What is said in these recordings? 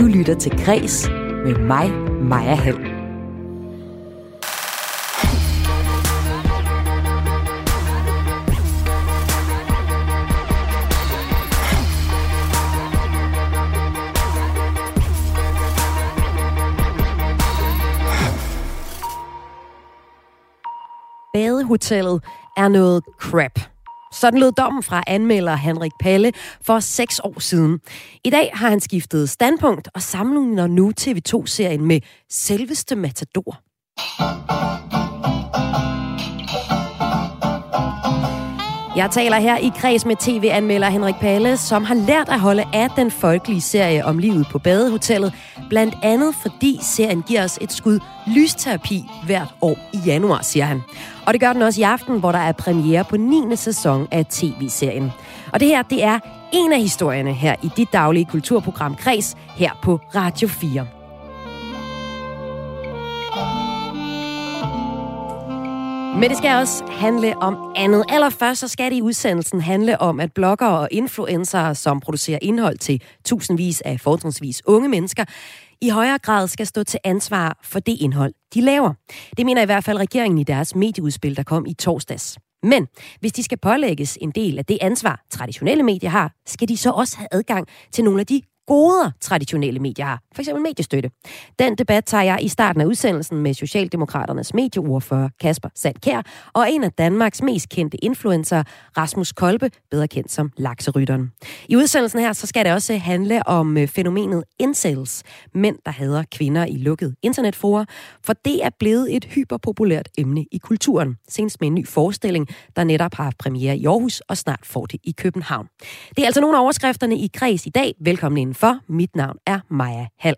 lytter til Græs med mig, Maja Hall. Badehotellet er noget crap. Sådan lød dommen fra anmelder Henrik Palle for 6 år siden. I dag har han skiftet standpunkt og sammenligner nu TV2-serien med selveste Matador. Jeg taler her i kreds med tv-anmelder Henrik Palle, som har lært at holde af den folkelige serie om livet på Badehotellet, blandt andet fordi serien giver os et skud lysterapi hvert år i januar, siger han. Og det gør den også i aften, hvor der er premiere på 9. sæson af tv-serien. Og det her, det er en af historierne her i dit daglige kulturprogram Kreds her på Radio 4. Men det skal også handle om andet. Allerførst så skal det i udsendelsen handle om, at bloggere og influencere, som producerer indhold til tusindvis af fortrinsvis unge mennesker, i højere grad skal stå til ansvar for det indhold, de laver. Det mener i hvert fald regeringen i deres medieudspil, der kom i torsdags. Men hvis de skal pålægges en del af det ansvar, traditionelle medier har, skal de så også have adgang til nogle af de goder traditionelle medier har, for eksempel mediestøtte. Den debat tager jeg i starten af udsendelsen med Socialdemokraternes medieordfører Kasper Sandkjær og en af Danmarks mest kendte influencer, Rasmus Kolbe, bedre kendt som Lakserytteren. I udsendelsen her så skal det også handle om fænomenet incels, mænd der hader kvinder i lukket internetfora, for det er blevet et hyperpopulært emne i kulturen, senest med en ny forestilling, der netop har premiere i Aarhus og snart får det i København. Det er altså nogle af overskrifterne i Kreds i dag. Velkommen indenfor. Mit navn er Maja Hall.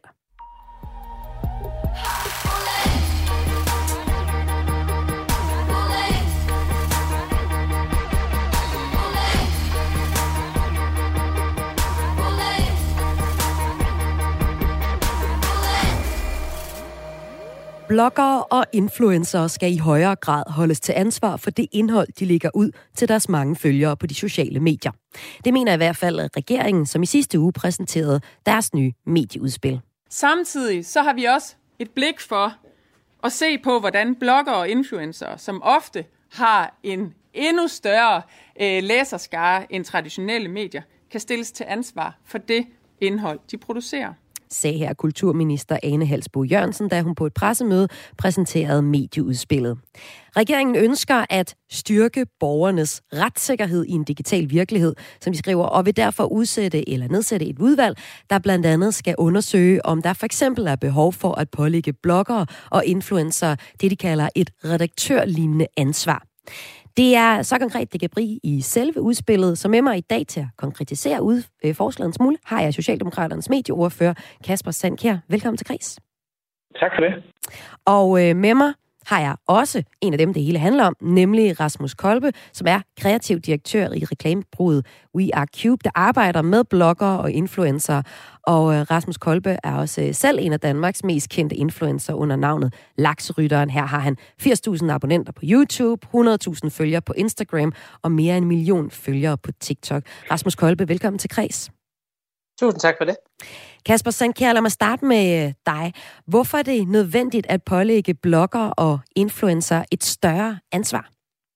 Bloggere og influencere skal i højere grad holdes til ansvar for det indhold, de lægger ud til deres mange følgere på de sociale medier. Det mener i hvert fald regeringen, som i sidste uge præsenterede deres nye medieudspil. Samtidig så har vi også et blik for at se på, hvordan bloggere og influencere, som ofte har en endnu større læserskare end traditionelle medier, kan stilles til ansvar for det indhold, de producerer, sagde her kulturminister Ane Halsboe-Jørgensen, da hun på et pressemøde præsenterede medieudspillet. Regeringen ønsker at styrke borgernes retssikkerhed i en digital virkelighed, som de skriver, og vil derfor udsætte eller nedsætte et udvalg, der blandt andet skal undersøge, om der for eksempel er behov for at pålægge bloggere og influencer det, de kalder et redaktørlignende ansvar. Det er så konkret, det kan blive i selve udspillet, så med mig i dag til at konkretisere forslaget en smule, har jeg Socialdemokraternes medieordfører Kasper Sandkjær. Velkommen til Kreds. Tak for det. Og med mig har jeg også en af dem, det hele handler om, nemlig Rasmus Kolbe, som er kreativ direktør i reklamebureauet We Are Cube, der arbejder med bloggere og influencer. Og Rasmus Kolbe er også selv en af Danmarks mest kendte influencer under navnet Lakserytteren. Her har han 80.000 abonnenter på YouTube, 100.000 følgere på Instagram og mere end 1 million følgere på TikTok. Rasmus Kolbe, velkommen til Kreds. Tusind tak for det. Kasper Sandkjær, lad mig starte med dig. Hvorfor er det nødvendigt at pålægge bloggere og influencer et større ansvar?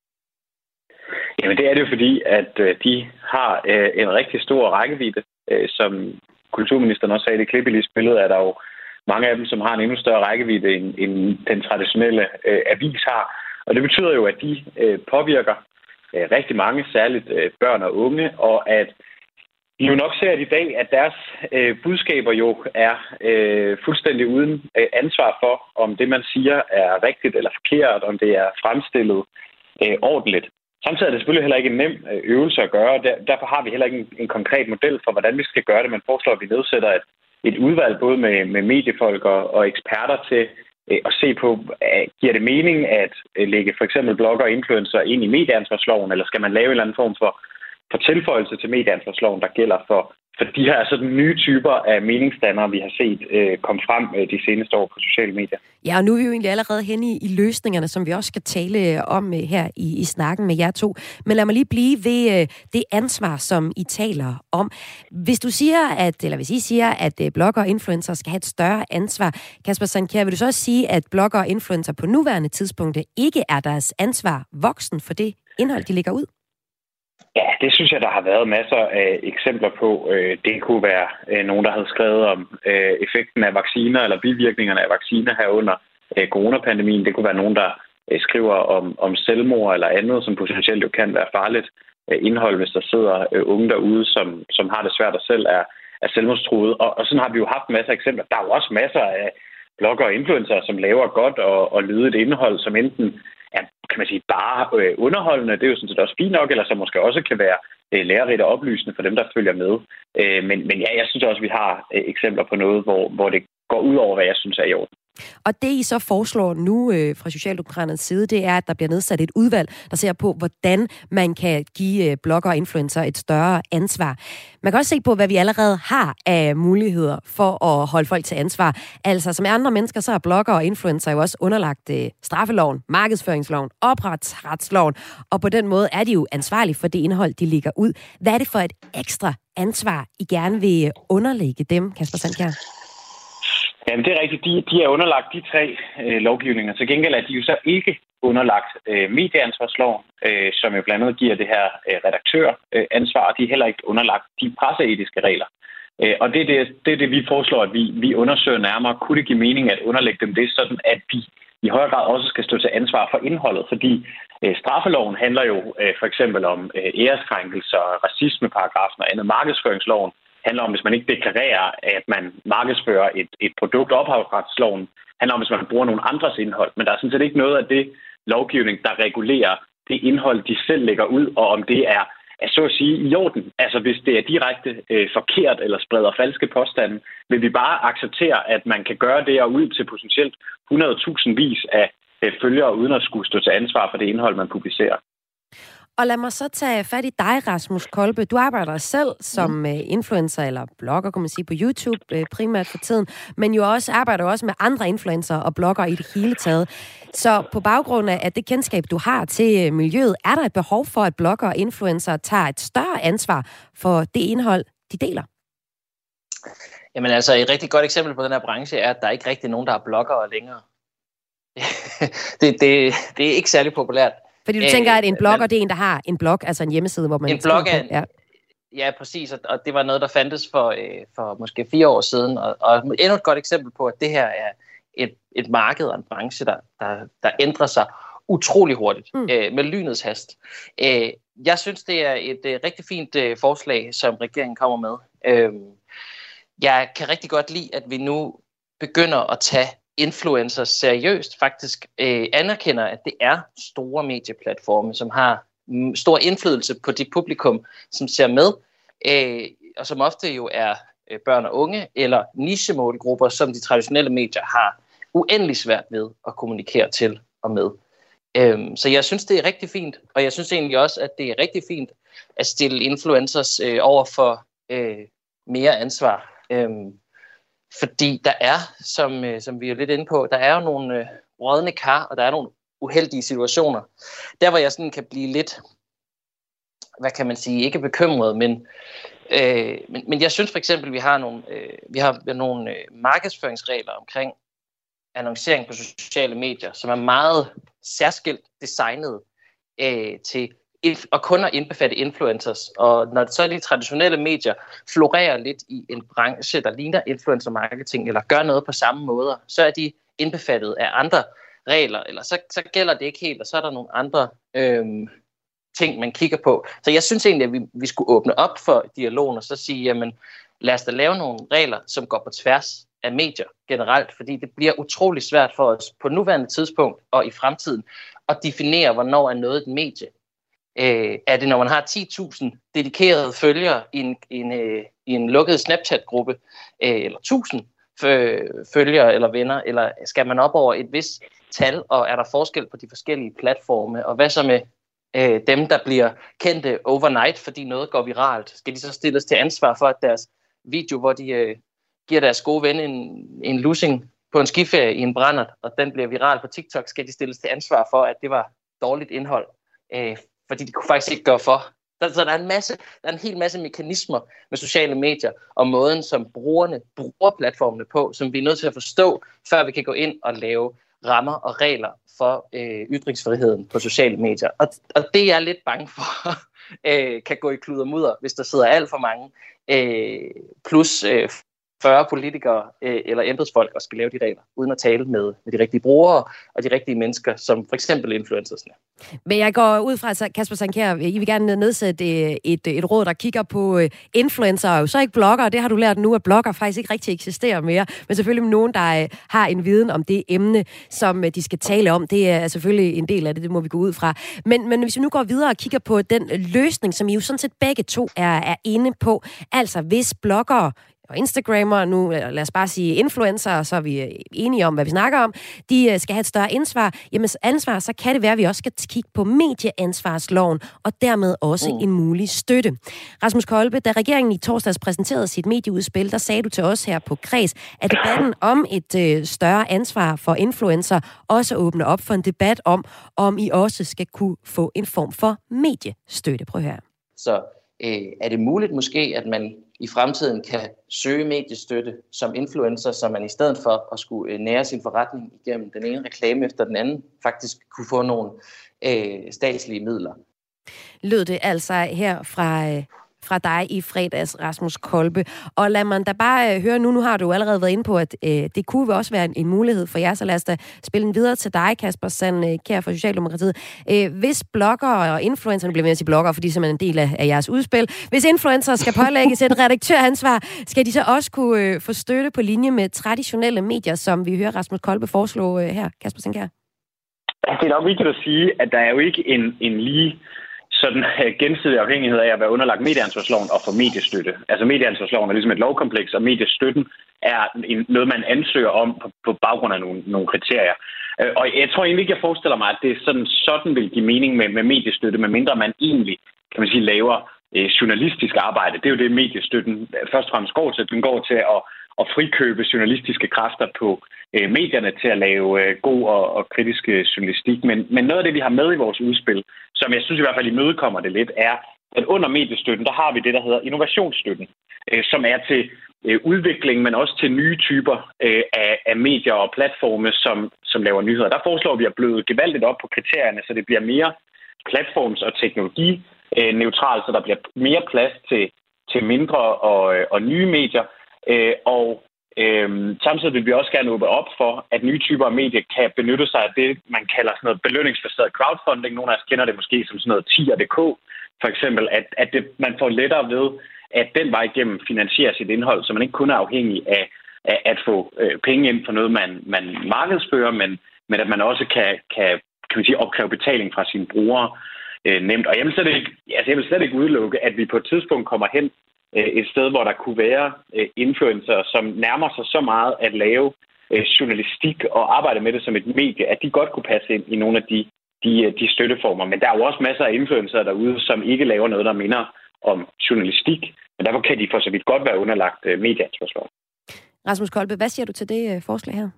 Jamen det er det jo fordi, at de har en rigtig stor rækkevidde. Som kulturministeren også sagde i det klip, I lige spillede, er der jo mange af dem, som har en endnu større rækkevidde, end den traditionelle avis har. Og det betyder jo, at de påvirker rigtig mange, særligt børn og unge, og at vi jo nok ser i dag, at deres budskaber jo er fuldstændig uden ansvar for, om det, man siger, er rigtigt eller forkert, om det er fremstillet ordentligt. Samtidig er det selvfølgelig heller ikke en nem øvelse at gøre, og derfor har vi heller ikke en konkret model for, hvordan vi skal gøre det. Man foreslår, at vi nedsætter et udvalg både med mediefolk og eksperter til at se på, giver det mening at lægge for eksempel blogger og influencer ind i medieansvarsloven, eller skal man lave en eller anden form for tilføjelse til medieansvarsloven, der gælder for for de her sådan nye typer af meningsdannere, vi har set komme frem de seneste år på sociale medier. Ja, og nu er vi jo egentlig allerede henne i løsningerne, som vi også skal tale om her i snakken med jer to. Men lad mig lige blive ved det ansvar, som I taler om. Hvis I siger, at blogger og influencer skal have et større ansvar, Kasper Sandkjær, vil du så også sige, at blogger og influencer på nuværende tidspunkt ikke er deres ansvar voksen for det indhold, de lægger ud? Ja, det synes jeg, der har været masser af eksempler på. Det kunne være nogen, der havde skrevet om effekten af vacciner eller bivirkningerne af vacciner her under coronapandemien. Det kunne være nogen, der skriver om selvmord eller andet, som potentielt jo kan være farligt indhold, hvis der sidder unge derude, som har det svært og selv er selvmordstruede. Og sådan har vi jo haft masser af eksempler. Der er jo også masser af blogger og influencer, som laver godt og lydigt indhold, som enten er, kan man sige, bare underholdende, det er jo sådan set også fint nok, eller som måske også kan være lærerigt og oplysende for dem, der følger med. Men ja, jeg synes også, at vi har eksempler på noget, hvor det går ud over, hvad jeg synes er i orden. Og det, I så foreslår nu fra Socialdemokraternes side, det er, at der bliver nedsat et udvalg, der ser på, hvordan man kan give blogger og influencer et større ansvar. Man kan også se på, hvad vi allerede har af muligheder for at holde folk til ansvar. Altså, som andre mennesker, så er blogger og influencer jo også underlagt straffeloven, markedsføringsloven, ophavsretsloven, og på den måde er de jo ansvarlige for det indhold, de lægger ud. Hvad er det for et ekstra ansvar, I gerne vil underlægge dem, Kasper Sandkjær? Jamen, det er rigtigt. De er underlagt de 3 lovgivninger. Til gengæld er de jo så ikke underlagt medieansvarsloven, som jo blandt andet giver det her redaktøransvar. De er heller ikke underlagt de presseetiske regler. Og det er det, vi foreslår, at vi undersøger nærmere. Kunne det give mening at underlægge dem det, sådan at vi i højere grad også skal stå til ansvar for indholdet? Fordi straffeloven handler jo for eksempel om æreskrænkelser, racismeparagrafen og andet. Markedsføringsloven handler om, hvis man ikke deklarerer, at man markedsfører et produkt. Ophavsretsloven handler om, hvis man bruger nogle andres indhold. Men der er sådan set ikke noget af det lovgivning, der regulerer det indhold, de selv lægger ud, og om det er så at sige i orden. Altså hvis det er direkte forkert eller spreder falske påstande, vil vi bare acceptere, at man kan gøre det og ud til potentielt 100.000 vis af følgere, uden at skulle stå til ansvar for det indhold, man publicerer. Og lad mig så tage fat i dig, Rasmus Kolbe. Du arbejder selv som influencer eller blogger, kan man sige, på YouTube primært for tiden, men jo også arbejder også med andre influencer og blogger i det hele taget. Så på baggrund af det kendskab, du har til miljøet, er der et behov for, at blogger og influencer tager et større ansvar for det indhold, de deler? Jamen altså, et rigtig godt eksempel på den her branche er, at der er ikke rigtig nogen, der er bloggere længere. det er ikke særlig populært. Fordi du tænker, at en blogger, det er en, der har en blog, altså en hjemmeside, hvor man... En blog er... Ja, præcis, og det var noget, der fandtes for måske 4 år siden, og endnu et godt eksempel på, at det her er et marked og en branche, der ændrer sig utrolig hurtigt, med lynets hast. Jeg synes, det er et rigtig fint forslag, som regeringen kommer med. Jeg kan rigtig godt lide, at vi nu begynder at tage influencers seriøst, faktisk anerkender, at det er store medieplatforme, som har stor indflydelse på det publikum, som ser med, og som ofte jo er børn og unge, eller nichemålgrupper, som de traditionelle medier har uendelig svært ved at kommunikere til og med. Så jeg synes, det er rigtig fint, og jeg synes egentlig også, at det er rigtig fint at stille influencers over for mere ansvar. Fordi der er, som vi er lidt inde på, der er jo nogle rådne kar, og der er nogle uheldige situationer. Der, hvor jeg sådan kan blive lidt, hvad kan man sige, ikke bekymret, men jeg synes for eksempel, vi har nogle markedsføringsregler omkring annoncering på sociale medier, som er meget særskilt designet til og kun at indbefatte influencers. Og når så de traditionelle medier florerer lidt i en branche, der ligner influencer marketing, eller gør noget på samme måde, så er de indbefattet af andre regler, eller så gælder det ikke helt, og så er der nogle andre ting, man kigger på. Så jeg synes egentlig, at vi skulle åbne op for dialogen, og så sige, jamen lad os da lave nogle regler, som går på tværs af medier generelt, fordi det bliver utrolig svært for os på nuværende tidspunkt og i fremtiden at definere, hvornår er noget et medie. Er det, når man har 10.000 dedikerede følgere i en lukket Snapchat-gruppe, eller 1.000 følgere eller venner, eller skal man op over et vist tal, og er der forskel på de forskellige platforme, og hvad så med Dem, der bliver kendte overnight, fordi noget går viralt, skal de så stilles til ansvar for, at deres video, hvor de giver deres gode ven en lussing på en skiferie i en brændert, og den bliver viral på TikTok, skal de stilles til ansvar for, at det var dårligt indhold, fordi de kunne faktisk ikke gøre for. Så der er en hel masse mekanismer med sociale medier, og måden, som brugerne bruger platformene på, som vi er nødt til at forstå, før vi kan gå ind og lave rammer og regler for ytringsfriheden på sociale medier. Og det er jeg lidt bange for, kan gå i klud og mudder, hvis der sidder alt for mange, plus 40 politikere eller embedsfolk og skal lave de regler, uden at tale med de rigtige brugere og de rigtige mennesker, som for eksempel influencersne. Men jeg går ud fra, at Kasper Sand Kjær, I vil gerne nedsætte et råd, der kigger på influencer, og så ikke blogger, det har du lært nu, at blogger faktisk ikke rigtig eksisterer mere, men selvfølgelig nogen, der har en viden om det emne, som de skal tale om. Det er selvfølgelig en del af det må vi gå ud fra. Men hvis vi nu går videre og kigger på den løsning, som I jo sådan set begge to er inde på, altså hvis bloggere og Instagrammer, nu lad os bare sige influencer, så er vi enige om, hvad vi snakker om, de skal have et større ansvar, så kan det være, at vi også skal kigge på medieansvarsloven, og dermed også en mulig støtte. Rasmus Kolbe, da regeringen i torsdags præsenterede sit medieudspil, der sagde du til os her på Kreds, at debatten om et større ansvar for influencer også åbner op for en debat om I også skal kunne få en form for mediestøtte. Prøv her. Så er det muligt måske, at man i fremtiden kan søge mediestøtte som influencer, så man i stedet for at skulle nære sin forretning igennem den ene reklame efter den anden, faktisk kunne få nogle statslige midler. Lød det altså her fra dig i fredags, Rasmus Kolbe. Og lad man da bare høre nu har du allerede været inde på, at det kunne også være en mulighed for jer, så lad os da spille den videre til dig, Kasper Sand Kjær fra Socialdemokratiet. Hvis bloggere og influencer, nu bliver jeg sige bloggere, fordi det er simpelthen en del af jeres udspil, hvis influencer skal pålægges et redaktøransvar, skal de så også kunne få støtte på linje med traditionelle medier, som vi hører Rasmus Kolbe foreslå her, Kasper Sand Kjær? Det er nok vigtigt at sige, at der er jo ikke en lige sådan gensidig afhængighed af at være underlagt medieansvarsloven og få mediestøtte. Altså medieansvarsloven er ligesom et lovkompleks, og mediestøtten er noget, man ansøger om på baggrund af nogle kriterier. Og jeg tror egentlig ikke, jeg forestiller mig, at det sådan vil give mening med mediestøtte, medmindre man egentlig, kan man sige, laver journalistisk arbejde. Det er jo det, mediestøtten først og fremmest går til. Den går til at frikøbe journalistiske kræfter på medierne til at lave god og kritisk journalistik. Men noget af det, vi har med i vores udspil, som jeg synes i hvert fald imødekommer det lidt, er, at under mediestøtten, der har vi det, der hedder innovationsstøtten, som er til udvikling, men også til nye typer af medier og platforme, som laver nyheder. Der foreslår vi at bløde gevaldigt op på kriterierne, så det bliver mere platforms- og teknologineutralt, så der bliver mere plads til mindre og nye medier. Samtidig vil vi også gerne åbne op for, at nye typer af medier kan benytte sig af det, man kalder sådan noget belønningsbaseret crowdfunding. Nogle af os kender det måske som sådan noget tier.dk, for eksempel, at man får lettere ved, at den vej igennem finansierer sit indhold, så man ikke kun er afhængig af at få penge ind for noget, man markedsfører, men at man også kan man sige, opkræve betaling fra sine brugere nemt. Og jeg vil slet ikke udelukke, at vi på et tidspunkt kommer hen et sted, hvor der kunne være influencer, som nærmer sig så meget at lave journalistik og arbejde med det som et medie, at de godt kunne passe ind i nogle af de støtteformer. Men der er jo også masser af influencer derude, som ikke laver noget, der minder om journalistik. Men derfor kan de for så vidt godt være underlagt medieansvarsloven. Rasmus Kolbe, hvad siger du til det forslag her?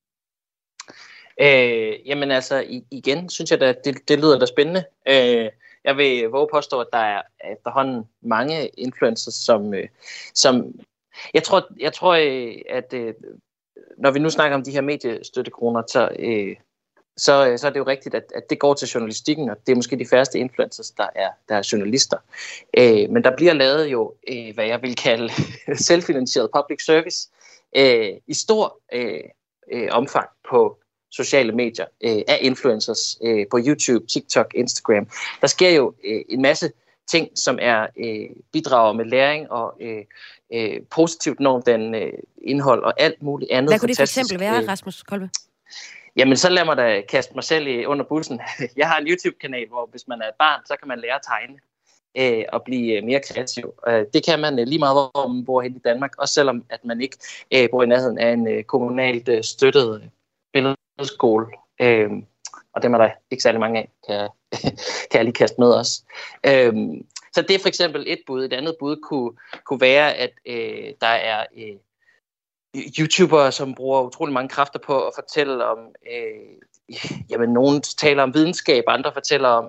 Jamen altså, igen synes jeg, at det lyder da spændende. Jeg vil våge påstå, at der er efterhånden mange influencers, som jeg tror, at når vi nu snakker om de her mediestøttekroner, så er det jo rigtigt, at det går til journalistikken, og det er måske de færreste influencers, der er journalister. Men der bliver lavet jo, hvad jeg vil kalde selvfinansieret public service i stor omfang på sociale medier af influencers på YouTube, TikTok, Instagram. Der sker jo en masse ting, som bidrager med læring og positivt normdannende indhold og alt muligt andet. Hvad kunne det for eksempel være, Rasmus Kolbe? Jamen, så lad mig da kaste mig selv under bussen. Jeg har en YouTube-kanal, hvor hvis man er et barn, så kan man lære at tegne og blive mere kreativ. Det kan man lige meget, hvor man bor hen i Danmark, også selvom at man ikke bor i nærheden af en kommunalt støttet billedskole. og dem er der ikke særlig mange af, kan jeg lige kaste med os. Så det er for eksempel et bud. Et andet bud kunne være, at der er YouTubere, som bruger utrolig mange kræfter på at fortælle om, nogen taler om videnskab, andre fortæller om,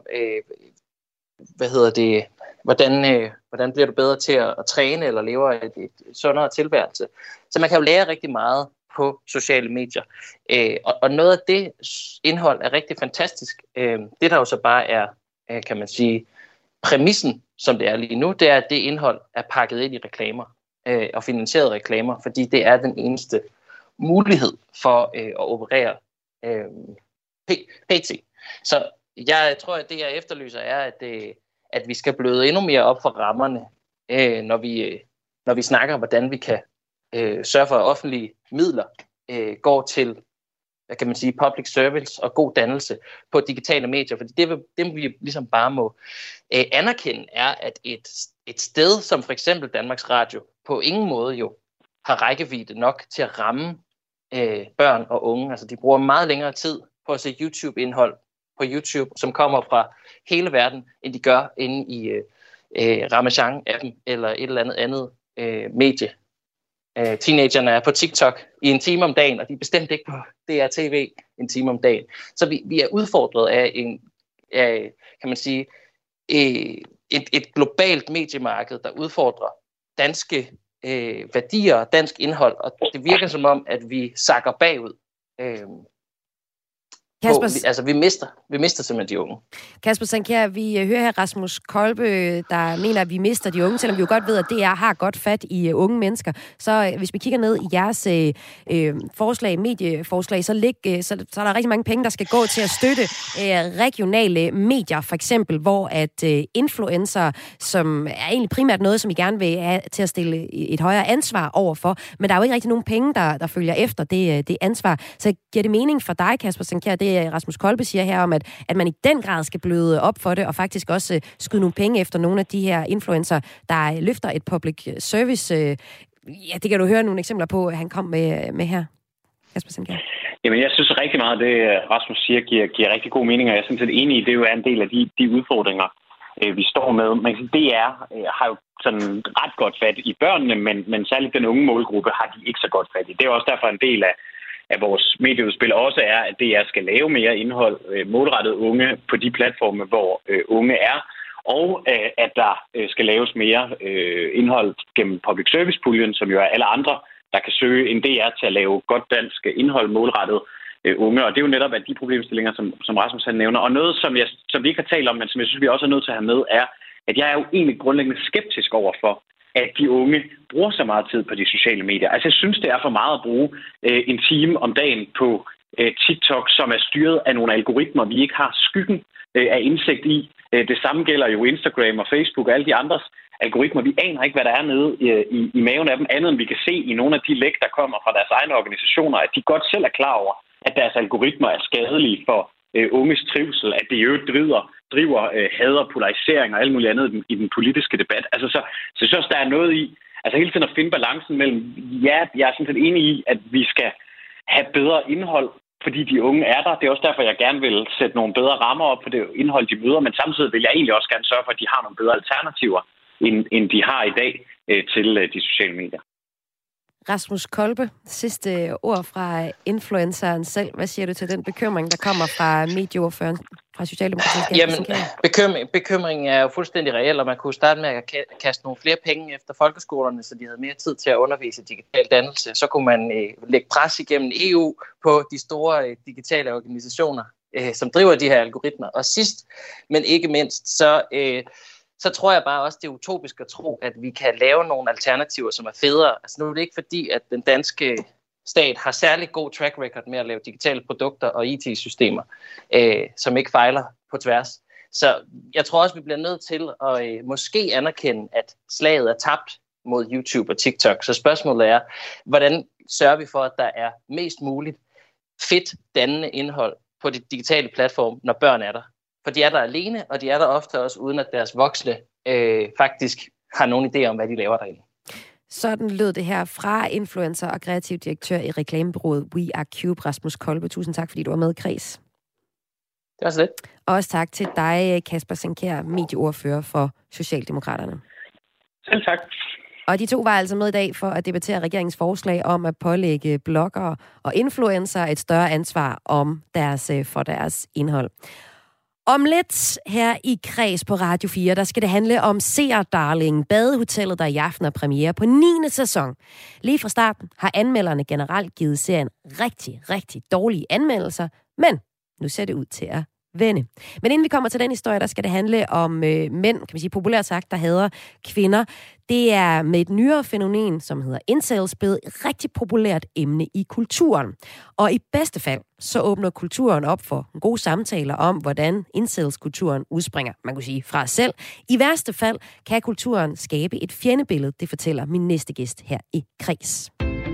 hvordan bliver du bedre til at træne eller leve et sundere tilværelse. Så man kan jo lære rigtig meget på sociale medier. Og noget af det indhold er rigtig fantastisk. Det der jo så bare er, kan man sige, præmissen, som det er lige nu, det er, at det indhold er pakket ind i reklamer og finansieret reklamer, fordi det er den eneste mulighed for at operere pt. Så jeg tror, at det, jeg efterlyser, er, at vi skal bløde endnu mere op for rammerne, når vi snakker om, hvordan vi kan sørge for, at offentlige midler går til, hvad kan man sige, public service og god dannelse på digitale medier. Fordi det vi ligesom bare må anerkende, er, at et sted som for eksempel Danmarks Radio på ingen måde jo har rækkevidde nok til at ramme børn og unge. Altså de bruger meget længere tid på at se YouTube-indhold på YouTube, som kommer fra hele verden, end de gør inde i Ramachan-appen eller et eller andet medie. Teenagerne er på TikTok i en time om dagen, og de er bestemt ikke på DRTV en time om dagen. Så vi er udfordret af kan man sige, et globalt mediemarked, der udfordrer danske værdier og dansk indhold, og det virker som om, at vi sakker bagud. Vi mister simpelthen de unge. Kasper Sandkjær, vi hører her Rasmus Kolbe, der mener, at vi mister de unge, selvom vi jo godt ved, at DR har godt fat i unge mennesker. Så hvis vi kigger ned i jeres medieforslag, så er der rigtig mange penge, der skal gå til at støtte regionale medier, for eksempel, hvor at influencer, som er egentlig primært noget, som I gerne vil have til at stille et højere ansvar overfor, men der er jo ikke rigtig nogen penge, der følger efter det ansvar. Så giver det mening for dig, Kasper Sandkjær, det Rasmus Kolbe siger her om, at man i den grad skal bløde op for det, og faktisk også skyde nogle penge efter nogle af de her influencer, der løfter et public service. Det kan du høre nogle eksempler på, at han kom med her. Kasper Sandkjær. Jamen, jeg synes rigtig meget, at det Rasmus siger, giver rigtig god mening, og jeg er sådan set enig i, det jo er en del af de udfordringer, vi står med. Men DR har jo sådan ret godt fat i børnene, men særligt den unge målgruppe har de ikke så godt fat i. Det er også derfor en del af vores medieudspil også er, at DR skal lave mere indhold målrettet unge på de platforme, hvor unge er, og at der skal laves mere indhold gennem public service-puljen, som jo er alle andre, der kan søge en DR til at lave godt dansk indhold målrettet unge. Og det er jo netop af de problemstillinger, som Rasmus han nævner. Og noget, som vi ikke har talt om, men som jeg synes, vi også er nødt til at have med, er, at jeg er jo egentlig grundlæggende skeptisk overfor, at de unge bruger så meget tid på de sociale medier. Altså, jeg synes, det er for meget at bruge en time om dagen på TikTok, som er styret af nogle algoritmer, vi ikke har skyggen af indsigt i. Det samme gælder jo Instagram og Facebook og alle de andres algoritmer. Vi aner ikke, hvad der er nede i maven af dem, andet end vi kan se i nogle af de læk, der kommer fra deres egne organisationer, at de godt selv er klar over, at deres algoritmer er skadelige for unges trivsel, at det i øvrigt driver had og polarisering og alt muligt andet i den politiske debat. Altså, så jeg synes, der er noget i, altså hele tiden at finde balancen mellem, ja, jeg er sådan set enig i, at vi skal have bedre indhold, fordi de unge er der. Det er også derfor, jeg gerne vil sætte nogle bedre rammer op på det indhold, de møder, men samtidig vil jeg egentlig også gerne sørge for, at de har nogle bedre alternativer, end de har i dag til de sociale medier. Rasmus Kolbe, sidste ord fra influenceren selv. Hvad siger du til den bekymring, der kommer fra medieordføreren fra Socialdemokratiet? Jamen, bekymringen er jo fuldstændig reel, og man kunne starte med at kaste nogle flere penge efter folkeskolerne, så de havde mere tid til at undervise i digital dannelse. Så kunne man lægge pres igennem EU på de store digitale organisationer, som driver de her algoritmer. Og sidst, men ikke mindst, så tror jeg bare også, det er utopisk at tro, at vi kan lave nogle alternativer, som er federe. Altså nu er det ikke fordi, at den danske stat har særlig god track record med at lave digitale produkter og IT-systemer, som ikke fejler på tværs. Så jeg tror også, vi bliver nødt til at måske anerkende, at slaget er tabt mod YouTube og TikTok. Så spørgsmålet er, hvordan sørger vi for, at der er mest muligt fedt dannende indhold på de digitale platforme, når børn er der? For de er der alene, og de er der ofte også, uden at deres voksne faktisk har nogen idé om, hvad de laver derinde. Sådan lød det her fra influencer og kreativ direktør i reklamebureauet We Are Cube, Rasmus Kolbe. Tusind tak, fordi du var med i Kreds. Det var så lidt. Og også tak til dig, Kasper Senkær, medieordfører for Socialdemokraterne. Selv tak. Og de to var altså med i dag for at debattere regeringens forslag om at pålægge bloggere og influencer et større ansvar for deres indhold. Om lidt her i Kreds på Radio 4, der skal det handle om Seerdarlingen, badehotellet, der i aften er premiere på 9. sæson. Lige fra starten har anmelderne generelt givet serien rigtig, rigtig dårlige anmeldelser, men nu ser det ud til at vende. Men inden vi kommer til den historie, der skal det handle om mænd, kan man sige populært sagt, der hader kvinder. Det er med et nyere fænomen, som hedder incels, blevet et rigtig populært emne i kulturen. Og i bedste fald, så åbner kulturen op for gode samtaler om, hvordan incels-kulturen udspringer, man kunne sige, fra os selv. I værste fald kan kulturen skabe et fjendebillede, det fortæller min næste gæst her i Kreds.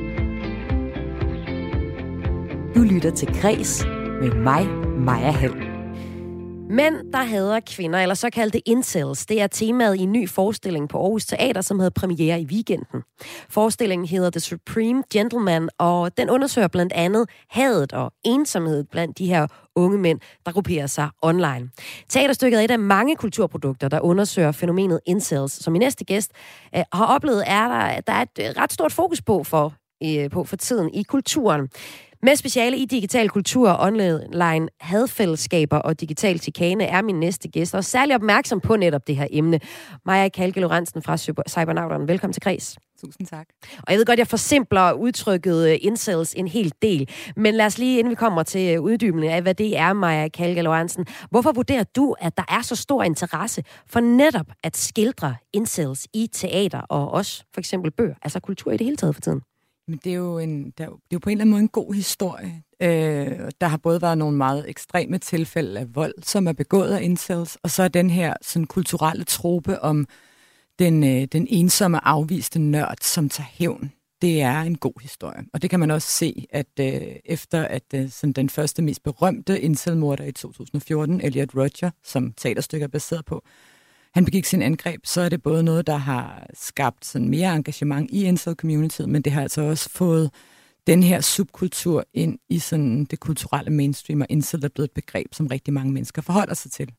Du lytter til Kreds med mig, Maja Hall. Mænd, der hader kvinder, eller såkaldte incels, det er temaet i en ny forestilling på Aarhus Teater, som havde premiere i weekenden. Forestillingen hedder The Supreme Gentleman, og den undersøger blandt andet hadet og ensomhed blandt de her unge mænd, der grupperer sig online. Teaterstykket er et af mange kulturprodukter, der undersøger fænomenet incels, som min næste gæst har oplevet, der er et ret stort fokus på for tiden i kulturen. Med speciale i digital kultur, online hadfællesskaber og digital chikane er min næste gæst, og særlig opmærksom på netop det her emne. Maja Kalke Lorentzen fra Cybernauterne. Velkommen til Kreds. Tusind tak. Og jeg ved godt, jeg forsimpler udtrykket incels en hel del, men lad os lige, inden vi kommer til uddybningen af, hvad det er, Maja Kalke Lorentzen, hvorfor vurderer du, at der er så stor interesse for netop at skildre incels i teater og også for eksempel bøger, altså kultur i det hele taget for tiden? Men det er jo på en eller anden måde en god historie. Der har både været nogle meget ekstreme tilfælde af vold, som er begået af incels, og så er den her sådan kulturelle trope om den ensomme afviste nørd, som tager hævn. Det er en god historie. Og det kan man også se, at efter at sådan den første mest berømte incel-morder i 2014, Elliot Rodger, som teaterstykker er baseret på, han begik sin angreb, så er det både noget, der har skabt sådan mere engagement i incel-communityet, men det har altså også fået den her subkultur ind i sådan det kulturelle mainstream, og incel er blevet et begreb, som rigtig mange mennesker forholder sig til.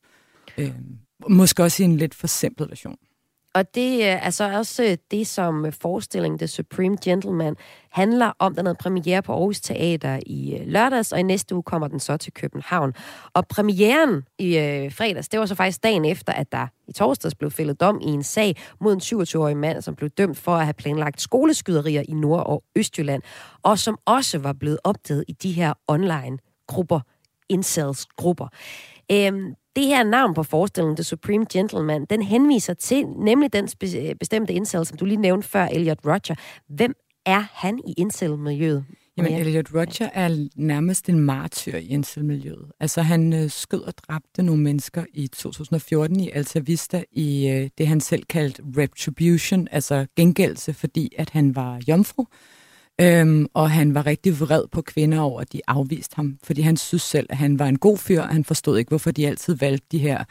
Måske også i en lidt forsimplet version. Og det er altså også det, som forestillingen The Supreme Gentleman handler om. Den havde premiere på Aarhus Teater i lørdags, og i næste uge kommer den så til København. Og premieren i fredags, det var så faktisk dagen efter, at der i torsdags blev fældet dom i en sag mod en 27-årig mand, som blev dømt for at have planlagt skoleskyderier i Nord- og Østjylland, og som også var blevet opdaget i de her online-grupper, incels-grupper. Det her navn på forestillingen, The Supreme Gentleman, den henviser til nemlig den bestemte incel, som du lige nævnte før, Elliot Rodger. Hvem er han i incel-miljøet? Jamen, Elliot Rodger er nærmest en martyr i incel-miljøet. Altså, han skød og dræbte nogle mennesker i 2014 i Alta Vista i det, han selv kaldte retribution, altså gengældelse, fordi at han var jomfru. Og han var rigtig vred på kvinder over, at de afviste ham, fordi han synes selv, at han var en god fyr, og han forstod ikke, hvorfor de altid valgte de her,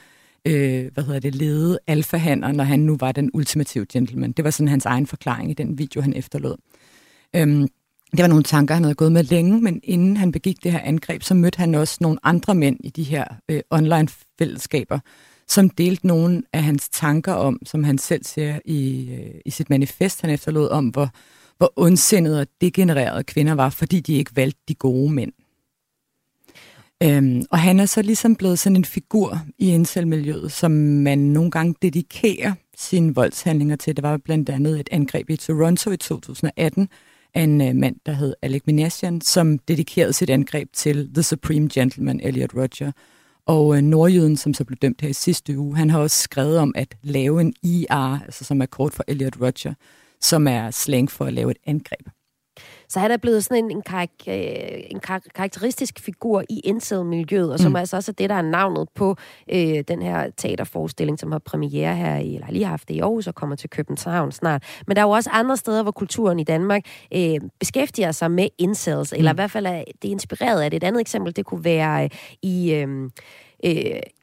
ledede alfahanner, når han nu var den ultimative gentleman. Det var sådan hans egen forklaring i den video, han efterlod. Det var nogle tanker, han havde gået med længe, men inden han begik det her angreb, så mødte han også nogle andre mænd i de her online-fællesskaber, som delte nogle af hans tanker om, som han selv ser i sit manifest, han efterlod om, hvor ondsindede og degenererede kvinder var, fordi de ikke valgte de gode mænd. Og han er så ligesom blevet sådan en figur i incel-miljøet, som man nogle gange dedikerer sine voldshandlinger til. Det var blandt andet et angreb i Toronto i 2018 af en mand, der hed Alec Minassian, som dedikerede sit angreb til The Supreme Gentleman, Elliot Rodger. Og nordjyden, som så blev dømt her i sidste uge, han har også skrevet om at lave en ER, altså som er kort for Elliot Rodger, som er slang for at lave et angreb. Så han er blevet sådan en karakteristisk figur i incel-miljøet, og som altså også er det, der er navnet på den her teaterforestilling, som har premiere her, eller lige haft det i Aarhus, og kommer til København snart. Men der er jo også andre steder, hvor kulturen i Danmark beskæftiger sig med incels, eller i hvert fald er det inspireret af det. Et andet eksempel, det kunne være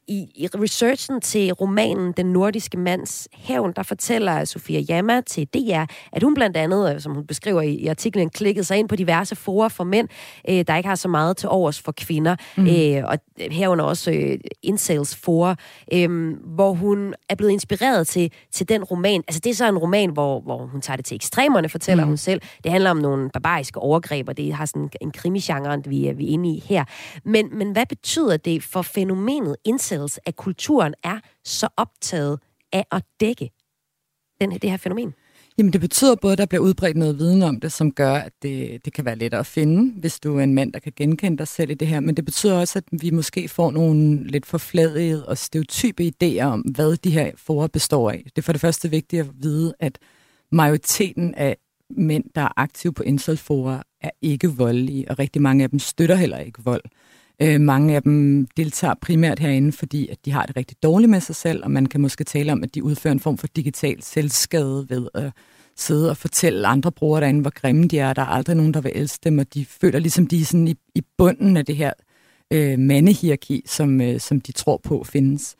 i researchen til romanen Den nordiske mands hævn, der fortæller Sofia Jammer til DR, at hun blandt andet, som hun beskriver i artiklen, klikkede sig ind på diverse forer for mænd, der ikke har så meget til overs for kvinder. Og herunder også incels-forer, hvor hun er blevet inspireret til den roman. Altså det er så en roman, hvor hun tager det til ekstremerne, fortæller hun selv. Det handler om nogle barbariske overgreb, og det har sådan en krimigenre, vi er inde i her. Men hvad betyder det for fænomenet incels, at kulturen er så optaget af at dække det her fænomen? Jamen det betyder både, at der bliver udbredt noget viden om det, som gør, at det kan være lettere at finde, hvis du er en mand, der kan genkende dig selv i det her. Men det betyder også, at vi måske får nogle lidt forfladigede og stereotype idéer om, hvad de her forer består af. Det er for det første vigtigt at vide, at majoriteten af mænd, der er aktive på incel-forer, er ikke voldelige, og rigtig mange af dem støtter heller ikke vold. Mange af dem deltager primært herinde, fordi at de har det rigtig dårligt med sig selv, og man kan måske tale om, at de udfører en form for digital selvskade ved at sidde og fortælle andre brugere derinde, hvor grimme de er. Der er aldrig nogen, der vil elske dem, og de føler ligesom, de er sådan i bunden af det her mandehierarki, som de tror på findes.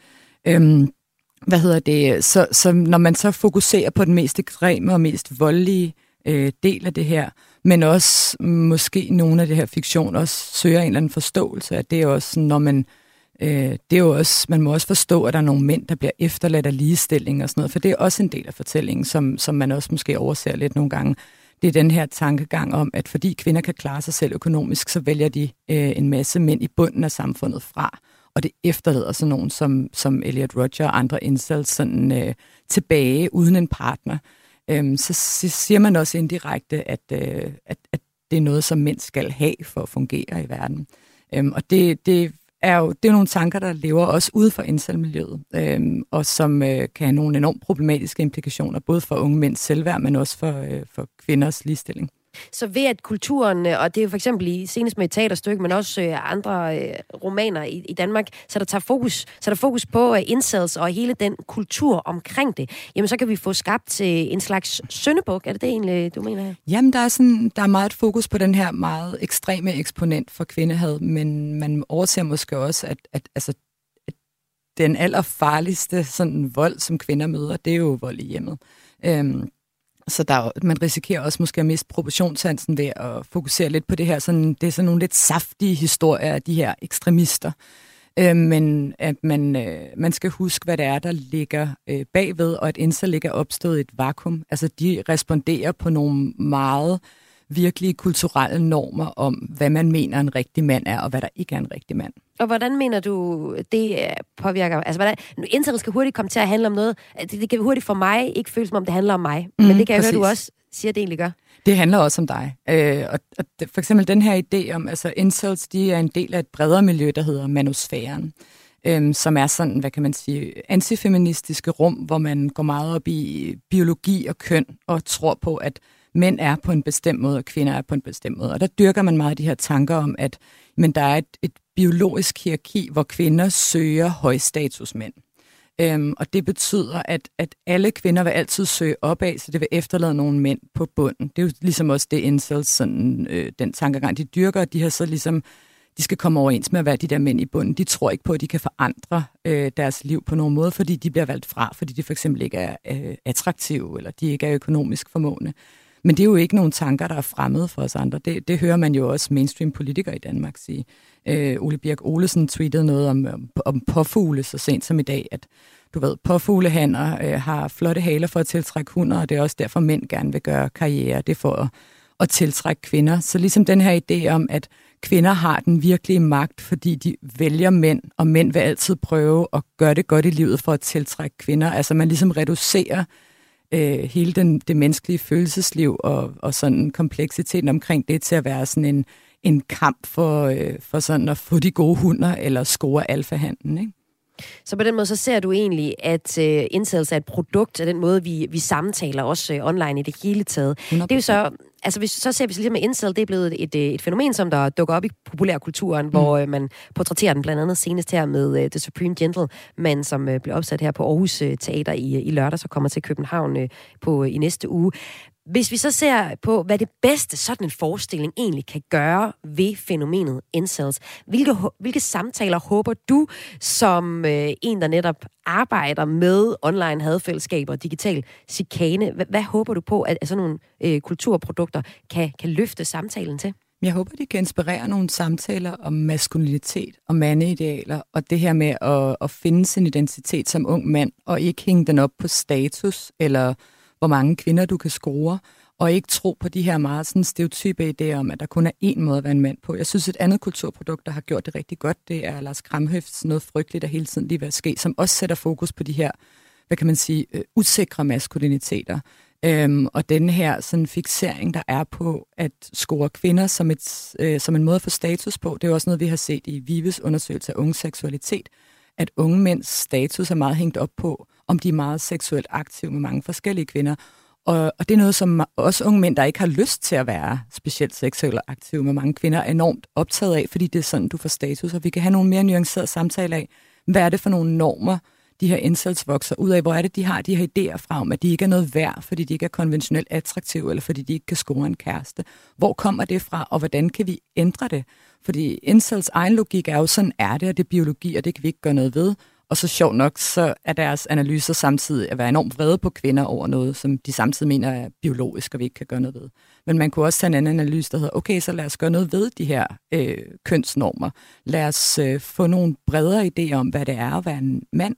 Så når man så fokuserer på den mest ekstreme og mest voldelige del af det her, men også måske nogle af det her fiktion også søger en eller anden forståelse af det er også, når man det er jo også, man må også forstå, at der er nogle mænd, der bliver efterladt af ligestilling og sådan noget, for det er også en del af fortællingen, som man også måske overser lidt nogle gange. Det er den her tankegang om, at fordi kvinder kan klare sig selv økonomisk, så vælger de en masse mænd i bunden af samfundet fra, og det efterlader sådan nogen som Elliot Rodger og andre incels sådan tilbage uden en partner. Så siger man også indirekte, at det er noget, som mænd skal have for at fungere i verden. Og det er jo nogle tanker, der lever også ude for incel-miljøet, og som kan have nogle enormt problematiske implikationer, både for unge mænds selvværd, men også for kvinders ligestilling. Så ved at kulturen, og det er jo for eksempel senest med et teaterstykke, men også andre romaner i Danmark, så der fokus på incels og hele den kultur omkring det, jamen så kan vi få skabt en slags syndebuk. Er det egentlig, du mener? Jamen, der er meget fokus på den her meget ekstreme eksponent for kvindehad, men man overser måske også, at den allerfarligste sådan vold, som kvinder møder, det er jo vold i hjemmet. Så man risikerer også måske at miste proportionssansen ved at fokusere lidt på det her. Det er sådan nogle lidt saftige historier af de her ekstremister. Men at man skal huske, hvad det er, der ligger bagved, og at incel ikke er opstået i et vakuum. Altså, de responderer på nogle meget virkelige kulturelle normer om, hvad man mener en rigtig mand er, og hvad der ikke er en rigtig mand. Og hvordan mener du, det påvirker? Altså, incel skal hurtigt komme til at handle om noget. Det kan hurtigt for mig ikke føles som om, det handler om mig. Men det kan jeg høre, du også siger, det egentlig gør. Det handler også om dig. Og for eksempel den her idé om, altså incels, de er en del af et bredere miljø, der hedder manosfæren, som er sådan, hvad kan man sige, antifeministiske rum, hvor man går meget op i biologi og køn, og tror på, at mænd er på en bestemt måde, og kvinder er på en bestemt måde. Og der dyrker man meget de her tanker om, at men der er et biologisk hierarki, hvor kvinder søger højstatusmænd. Og det betyder, at alle kvinder vil altid søge opad, så det vil efterlade nogle mænd på bunden. Det er jo ligesom også det incels, sådan, den tankegang, de dyrker, de har så ligesom, de skal komme overens med at være de der mænd i bunden. De tror ikke på, at de kan forandre deres liv på nogen måde, fordi de bliver valgt fra, fordi de for eksempel ikke er attraktive, eller de ikke er økonomisk formående. Men det er jo ikke nogle tanker, der er fremmede for os andre. Det hører man jo også mainstream-politikere i Danmark sige. Ole Birk Olesen tweetede noget om påfugle så sent som i dag, at du ved, påfuglehanner har flotte haler for at tiltrække hunder, og det er også derfor, mænd gerne vil gøre karriere. Det er for at tiltrække kvinder. Så ligesom den her idé om, at kvinder har den virkelige magt, fordi de vælger mænd, og mænd vil altid prøve at gøre det godt i livet for at tiltrække kvinder. Altså man ligesom reducerer hele det menneskelige følelsesliv og sådan kompleksiteten omkring det til at være sådan en kamp for sådan at få de gode hunder eller score alfahanden, ikke? Så på den måde, så ser du egentlig, at incels er et produkt af den måde, vi samtaler også online i det hele taget. 100%. Det er jo så, altså så ser vi så lidt med incel, det er blevet et fænomen, som der dukker op i populærkulturen, hvor man portrætterer den blandt andet senest her med The Supreme Gentleman, som blev opsat her på Aarhus Teater i lørdag, så kommer til København i næste uge. Hvis vi så ser på, hvad det bedste sådan en forestilling egentlig kan gøre ved fænomenet incels, hvilke samtaler håber du, som en, der netop arbejder med online hadfællesskaber og digital chikane, hvad håber du på, at sådan nogle kulturprodukter kan løfte samtalen til? Jeg håber, de kan inspirere nogle samtaler om maskulinitet og mandeidealer, og det her med at finde sin identitet som ung mand, og ikke hænge den op på status, eller hvor mange kvinder du kan score, og ikke tro på de her meget sådan stereotype idéer om, at der kun er én måde at være en mand på. Jeg synes, et andet kulturprodukt, der har gjort det rigtig godt, det er Lars Kramhøfts Noget frygteligt, der hele tiden lige vil ske, som også sætter fokus på de her, hvad kan man sige, usikre maskuliniteter. Og den her sådan fixering, der er på at score kvinder som en måde at få status på, det er jo også noget, vi har set i Vives undersøgelse af unge seksualitet, at unge mænds status er meget hængt op på, om de er meget seksuelt aktive med mange forskellige kvinder. Og det er noget, som også unge mænd, der ikke har lyst til at være specielt seksuelt aktive med mange kvinder, er enormt optaget af, fordi det er sådan, du får status. Og vi kan have nogle mere nuancerede samtaler af, hvad er det for nogle normer, de her incels vokser ud af, hvor er det, de har de her idéer fra om, at de ikke er noget værd, fordi de ikke er konventionelt attraktive, eller fordi de ikke kan score en kæreste. Hvor kommer det fra, og hvordan kan vi ændre det? Fordi incels egen logik er jo, sådan er det, og det er biologi, og det kan vi ikke gøre noget ved. Og så sjovt nok, så er deres analyser samtidig at være enormt vrede på kvinder over noget, som de samtidig mener er biologisk, og vi ikke kan gøre noget ved. Men man kunne også tage en anden analyse, der hedder, okay, så lad os gøre noget ved de her kønsnormer. Lad os få nogle bredere idéer om, hvad det er at være en mand.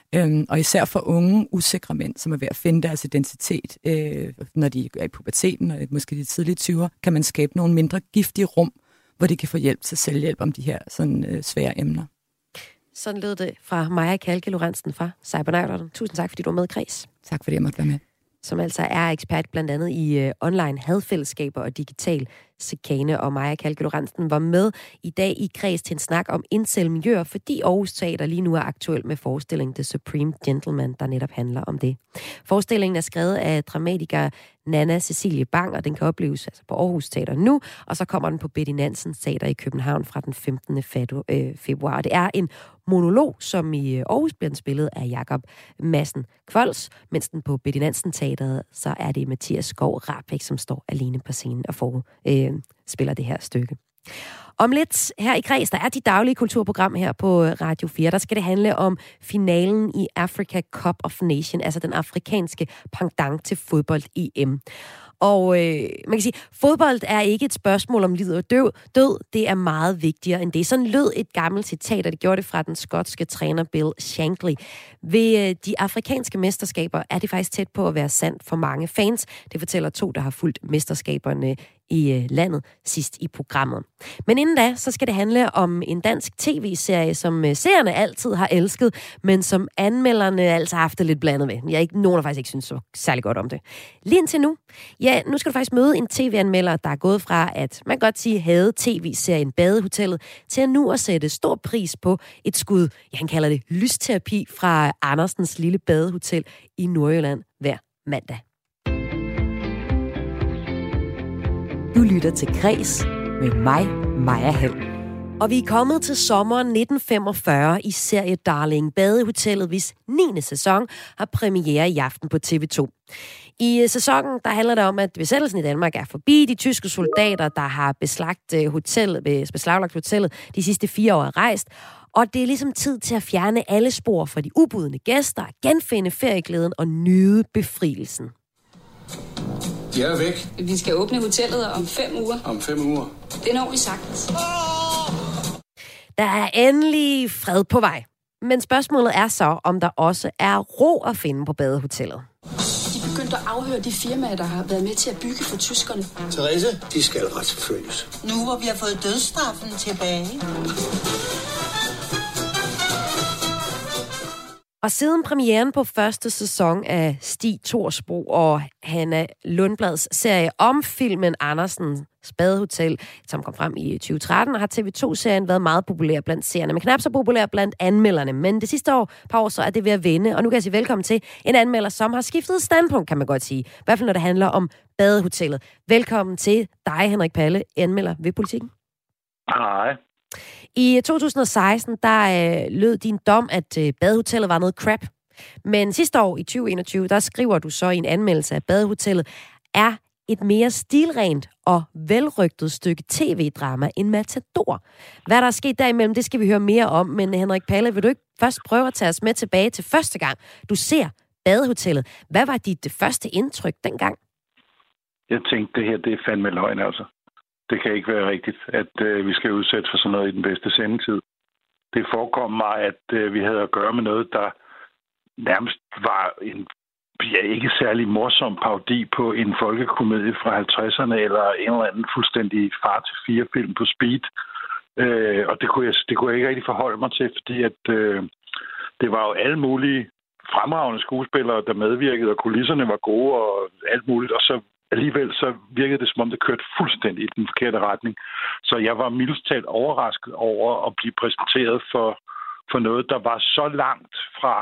Og især for unge, usikre mænd, som er ved at finde deres identitet, når de er i puberteten, og måske de tidlige 20'er, kan man skabe nogle mindre giftige rum, hvor de kan få hjælp til selvhjælp om de her sådan, svære emner. Sådan lød det fra Maja Kalke Lorentzen fra Cybernauterne. Tusind tak, fordi du var med i Kreds. Tak, fordi jeg måtte være med. Som altså er ekspert blandt andet i online hadfællesskaber og digital chikane, og Maja Kalke Lorentzen var med i dag i Kreds til en snak om incel-miljøer, fordi Aarhus Teater lige nu er aktuel med forestillingen The Supreme Gentleman, der netop handler om det. Forestillingen er skrevet af dramatiker Nana Cecilie Bang, og den kan opleves altså på Aarhus Teater nu, og så kommer den på Betty Nansens Teater i København fra den 15. februar. Det er en monolog, som i Aarhus bliver den spillet af Jakob Madsen Kvolds, mens den på Betty Nansen Teateret, så er det Mathias Skov Rahbek, som står alene på scenen og spiller det her stykke. Om lidt her i Kreds, der er de daglige kulturprogram her på Radio 4. Der skal det handle om finalen i Africa Cup of Nation, altså den afrikanske pendant til fodbold-EM. Og man kan sige, fodbold er ikke et spørgsmål om liv og død. Det er meget vigtigere end det. Sådan lød et gammelt citat, og det gjorde det fra den skotske træner Bill Shankly. Ved de afrikanske mesterskaber er det faktisk tæt på at være sandt for mange fans. Det fortæller to, der har fulgt mesterskaberne i landet sidst i programmet. Men inden da, så skal det handle om en dansk tv-serie, som seerne altid har elsket, men som anmelderne altså har haft det lidt blandet med. Jeg er ikke nogen, der faktisk ikke synes så særlig godt om det. Lige indtil nu. Ja, nu skal du faktisk møde en tv-anmelder, der er gået fra, at man kan godt sige, havde tv-serien Badehotellet, til at nu at sætte stor pris på et skud, han kalder det lysterapi, fra Andersens lille badehotel i Nordjylland hver mandag. Du lytter til Kreds med mig, Maja Hall. Og vi er kommet til sommeren 1945 i seriedarling Badehotellet, hvis 9. sæson har premiere i aften på TV2. I sæsonen, der handler det om, at besættelsen i Danmark er forbi. De tyske soldater, der har beslaglagt hotellet de sidste 4 år, er rejst. Og det er ligesom tid til at fjerne alle spor fra de ubudne gæster, genfinde ferieglæden og nyde befrielsen. De er væk. Vi skal åbne hotellet om 5 uger. Om 5 uger. Det når vi sagtens. Der er endelig fred på vej. Men spørgsmålet er så, om der også er ro at finde på badehotellet. De begyndte at afhøre de firmaer, der har været med til at bygge for tyskerne. Therese, de skal retsforfølges. Nu hvor vi har fået dødsstraffen tilbage. Og siden premieren på første sæson af Stig Thorsbro og Hanna Lundblads serie om filmen Andersens Badehotel, som kom frem i 2013, har TV2-serien været meget populær blandt seerne, men knap så populær blandt anmelderne. Men det sidste par år, så er det ved at vende, og nu kan jeg sige velkommen til en anmelder, som har skiftet standpunkt, kan man godt sige. I hvert fald når det handler om Badehotellet. Velkommen til dig, Henrik Palle, anmelder ved Politikken. Hej. I 2016, der lød din dom, at Badehotellet var noget crap. Men sidste år, i 2021, der skriver du så i en anmeldelse, at Badehotellet er et mere stilrent og velrygtet stykke tv-drama end Matador. Hvad der er sket derimellem, det skal vi høre mere om, men Henrik Palle, vil du ikke først prøve at tage os med tilbage til første gang, du ser Badehotellet? Hvad var dit første indtryk dengang? Jeg tænkte, det her, det er fandme løgn, altså. Det kan ikke være rigtigt, at vi skal udsætte for sådan noget i den bedste sendetid. Det forekom mig, at vi havde at gøre med noget, der nærmest var en ikke særlig morsom parodi på en folkekomedie fra 50'erne, eller en eller anden fuldstændig far til 4-film på speed. Og det kunne jeg ikke rigtig forholde mig til, fordi at det var jo alle mulige fremragende skuespillere, der medvirkede, og kulisserne var gode og alt muligt, og så alligevel så virkede det, som om det kørte fuldstændig i den forkerte retning. Så jeg var mildest talt overrasket over at blive præsenteret for noget, der var så langt fra,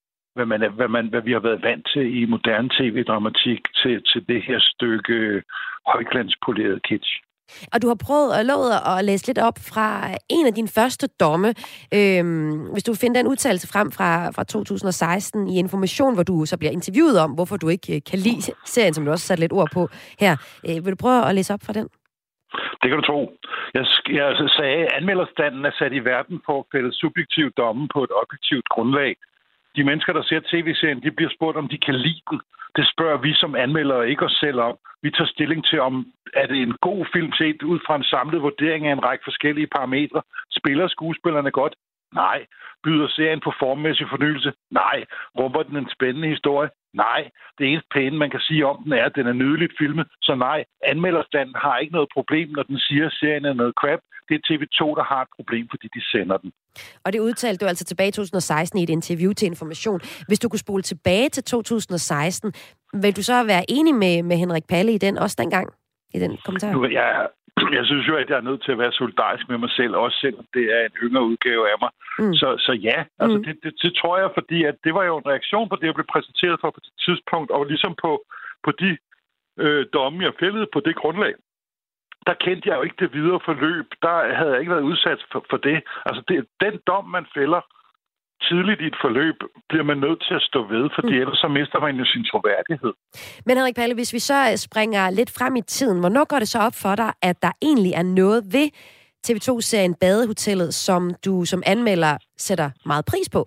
hvad vi har været vant til i moderne tv-dramatik, til det her stykke højglanspoleret kitsch. Og du har prøvet at lovet at læse lidt op fra en af dine første domme. Hvis du finder den udtalelse frem fra 2016 i Information, hvor du så bliver interviewet om, hvorfor du ikke kan lide serien, som du også satte lidt ord på her. Vil du prøve at læse op fra den? Det kan du tro. Jeg sagde, at anmelderstanden er sat i verden for at fælde subjektiv domme på et objektivt grundlag. De mennesker, der ser tv-serien, de bliver spurgt, om de kan lide den. Det spørger vi som anmeldere ikke os selv om. Vi tager stilling til, om er det en god film set ud fra en samlet vurdering af en række forskellige parametre. Spiller skuespillerne godt? Nej. Byder serien på formmæssig fornyelse? Nej. Rummer den en spændende historie? Nej. Det eneste pæne, man kan sige om den, er, at den er nydeligt filmet. Så nej, anmelderstanden har ikke noget problem, når den siger, at serien er noget crap. Det er TV2, der har et problem, fordi de sender den. Og det udtalte du altså tilbage i 2016 i et interview til Information. Hvis du kunne spole tilbage til 2016, vil du så være enig med Henrik Palle i den også dengang? I den kommentar? Jeg synes jo, at jeg er nødt til at være solidarisk med mig selv, også selvom det er en yngre udgave af mig. Så ja, altså det tror jeg, fordi at det var jo en reaktion på det, jeg blev præsenteret for på det tidspunkt, og ligesom på de domme, jeg fældede på det grundlag. Der kendte jeg jo ikke det videre forløb. Der havde jeg ikke været udsat for det. Altså den dom, man fælder tidligt i et forløb, bliver man nødt til at stå ved, fordi ellers så mister man jo sin troværdighed. Men Henrik Palle, hvis vi så springer lidt frem i tiden, hvornår går det så op for dig, at der egentlig er noget ved TV2-serien Badehotellet, som du som anmelder sætter meget pris på?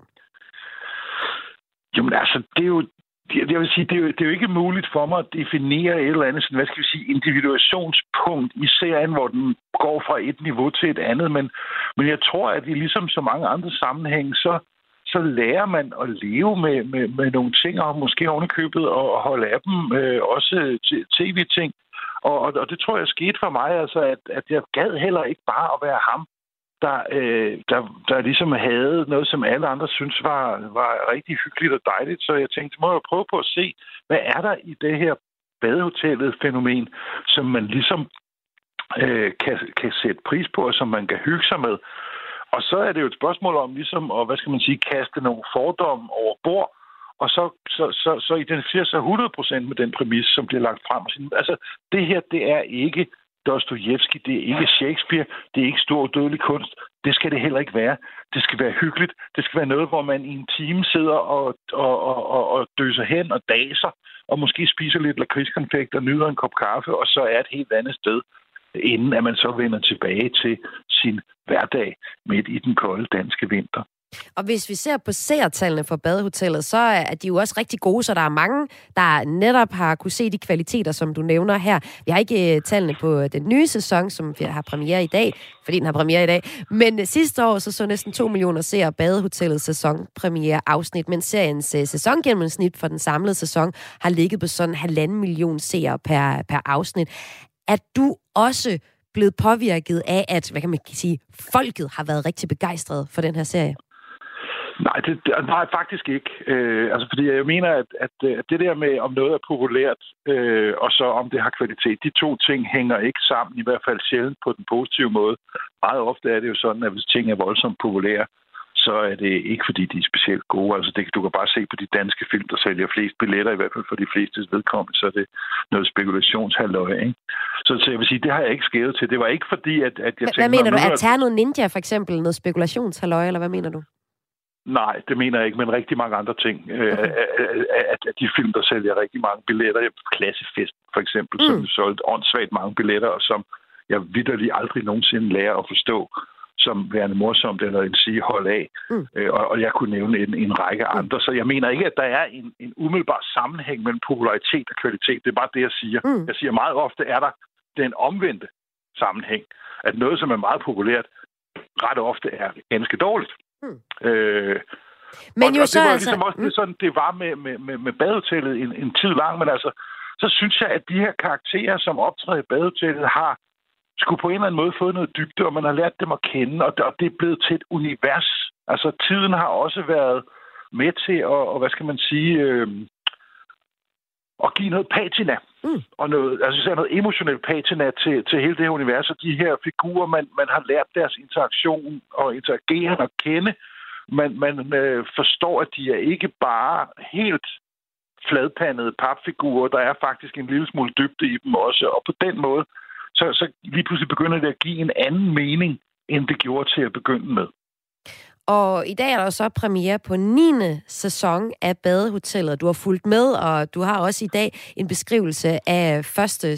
Jamen altså, det er jo jeg vil sige, det er jo ikke muligt for mig at definere et eller andet, sådan, hvad skal vi sige, individuationspunkt i serien, hvor den går fra et niveau til et andet, men jeg tror, at vi ligesom så mange andre sammenhænge, så lærer man at leve med nogle ting, og måske ovenikøbet og holde af dem, også tv-ting. Og det tror jeg skete for mig, altså, at jeg gad heller ikke bare at være ham, der ligesom havde noget, som alle andre synes var rigtig hyggeligt og dejligt. Så jeg tænkte, må jeg prøve på at se, hvad er der i det her badehotellet-fænomen, som man ligesom kan sætte pris på, og som man kan hygge sig med. Og så er det jo et spørgsmål om ligesom at, hvad skal man sige, kaste nogle fordomme over bord, og så identificere sig 100% med den præmis, som bliver lagt frem. Altså, det her, det er ikke Dostojevskij, det er ikke Shakespeare, det er ikke stor udødelig kunst. Det skal det heller ikke være. Det skal være hyggeligt. Det skal være noget, hvor man i en time sidder og døser hen og daser, og måske spiser lidt lakridskonfekt og nyder en kop kaffe, og så er et helt andet sted, inden at man så vender tilbage til sin hverdag midt i den kolde danske vinter. Og hvis vi ser på seertallene for Badehotellet, så er de jo også rigtig gode, så der er mange, der netop har kunne se de kvaliteter, som du nævner her. Vi har ikke tallene på den nye sæson, som har premiere i dag, fordi den har premiere i dag. Men sidste år så næsten 2 millioner seere Badehotellets sæsonpremiere afsnit, mens seriens sæsongennemsnit for den samlede sæson har ligget på sådan 1,5 million seere per afsnit. Er du også blevet påvirket af, at, hvad kan man sige, folket har været rigtig begejstret for den her serie? Nej, faktisk ikke. Fordi jeg mener, at det der med, om noget er populært, og så om det har kvalitet, de to ting hænger ikke sammen, i hvert fald sjældent på den positive måde. Meget ofte er det jo sådan, at hvis ting er voldsomt populære, så er det ikke, fordi de er specielt gode. Altså, du kan bare se på de danske film, der sælger flest billetter, i hvert fald for de fleste vedkommende, så er det noget spekulationshalløj, ikke? Så jeg vil sige, det har jeg ikke skrevet til. Det var ikke fordi, at jeg tænkte... Hvad mener du? Er Ternet Ninja for eksempel noget spekulationshalløj, eller hvad mener du? Nej, det mener jeg ikke, men rigtig mange andre ting. At de film, der sælger rigtig mange billetter, Klassefest for eksempel, som solgte åndssvagt mange billetter, og som jeg vitterlig aldrig nogensinde lærer at forstå, som værende morsomt, eller en sige hold af. Og jeg kunne nævne en række andre. Så jeg mener ikke, at der er en umiddelbar sammenhæng mellem popularitet og kvalitet. Det er bare det, jeg siger. Jeg siger meget ofte, er der den omvendte sammenhæng. At noget, som er meget populært, ret ofte er ganske dårligt. Men jo og så det var altså... ligesom også det, sådan, det var med Badehotellet en tid lang, men altså, så synes jeg, at de her karakterer, som optræder i Badehotellet, har skulle på en eller anden måde fået noget dybde, og man har lært dem at kende, og det er blevet til et univers. Altså, tiden har også været med til at hvad skal man sige, at give noget patina. Og noget emotionelt patina til hele det her univers, og de her figurer, man har lært deres interaktion og interageren at kende. Man forstår, at de er ikke bare helt fladpandede papfigurer, der er faktisk en lille smule dybde i dem også, og på den måde så lige pludselig begynder det at give en anden mening, end det gjorde til at begynde med. Og i dag er der så premiere på 9. sæson af Badehotellet. Du har fulgt med, og du har også i dag en beskrivelse af første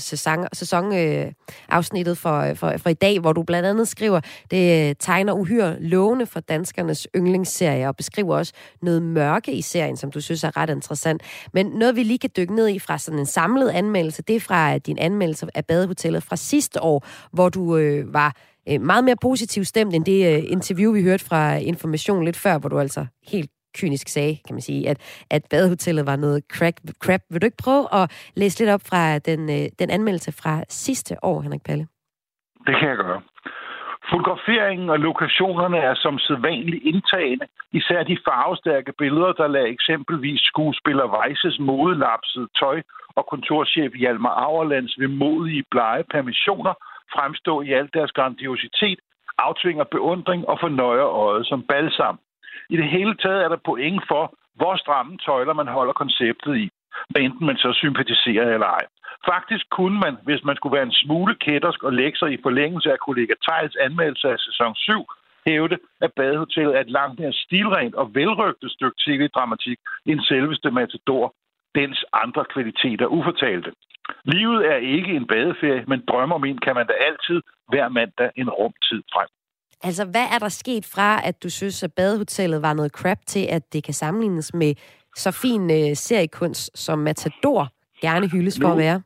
sæsonafsnittet for i dag, hvor du blandt andet skriver, det tegner uhyre lovende for danskernes yndlingsserie, og beskriver også noget mørke i serien, som du synes er ret interessant. Men noget, vi lige kan dykke ned i fra sådan en samlet anmeldelse, det er fra din anmeldelse af Badehotellet fra sidste år, hvor du var meget mere positivt stemt end det interview, vi hørte fra Information lidt før, hvor du altså helt kynisk sagde, kan man sige, at Badehotellet var noget crap. Vil du ikke prøve at læse lidt op fra den anmeldelse fra sidste år, Henrik Palle? Det kan jeg gøre. Fotograferingen og lokationerne er som sædvanligt indtagende. Især de farvestærke billeder, der lader eksempelvis skuespiller Weisses modelapsede tøj og kontorchef Hjalmar Auerlands vemodige blege permissioner fremstå i al deres grandiositet, aftvinger beundring og fornøjer øjet som balsam. I det hele taget er der point for, hvor stramme tøjler man holder konceptet i, hvad enten man så sympatiserer eller ej. Faktisk kunne man, hvis man skulle være en smule kættersk og lægge sig i forlængelse af kollega Theils anmeldelse af sæson 7, hævde, at Badehotellet er et langt mere stilrent og velrygtet stykke tv-dramatik end selveste Matador. Dens andre kvaliteter ufortalte. Livet er ikke en badeferie, men drømmer om en kan man da altid hver mandag en rumtid frem. Altså, hvad er der sket fra, at du synes, at Badehotellet var noget crap, til at det kan sammenlignes med så fin seriekunst, som Matador gerne hyldes for at være?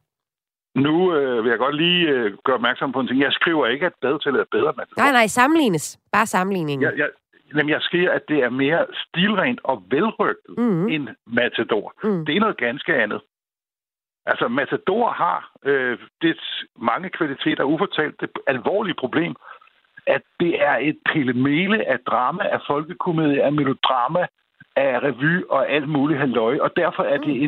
Nu vil jeg godt lige gøre opmærksom på en ting. Jeg skriver ikke, at Badehotellet er bedre end Matador. Nej, sammenlignes. Bare sammenligningen. Jeg skriver, at det er mere stilrent og velrygtet end Matador. Det er noget ganske andet. Altså, Matador har dets mange kvaliteter ufortalt. Det alvorlige problem, at det er et pillemele af drama, af folkekomedie, af melodrama, af revy og alt muligt halløj. Og derfor er det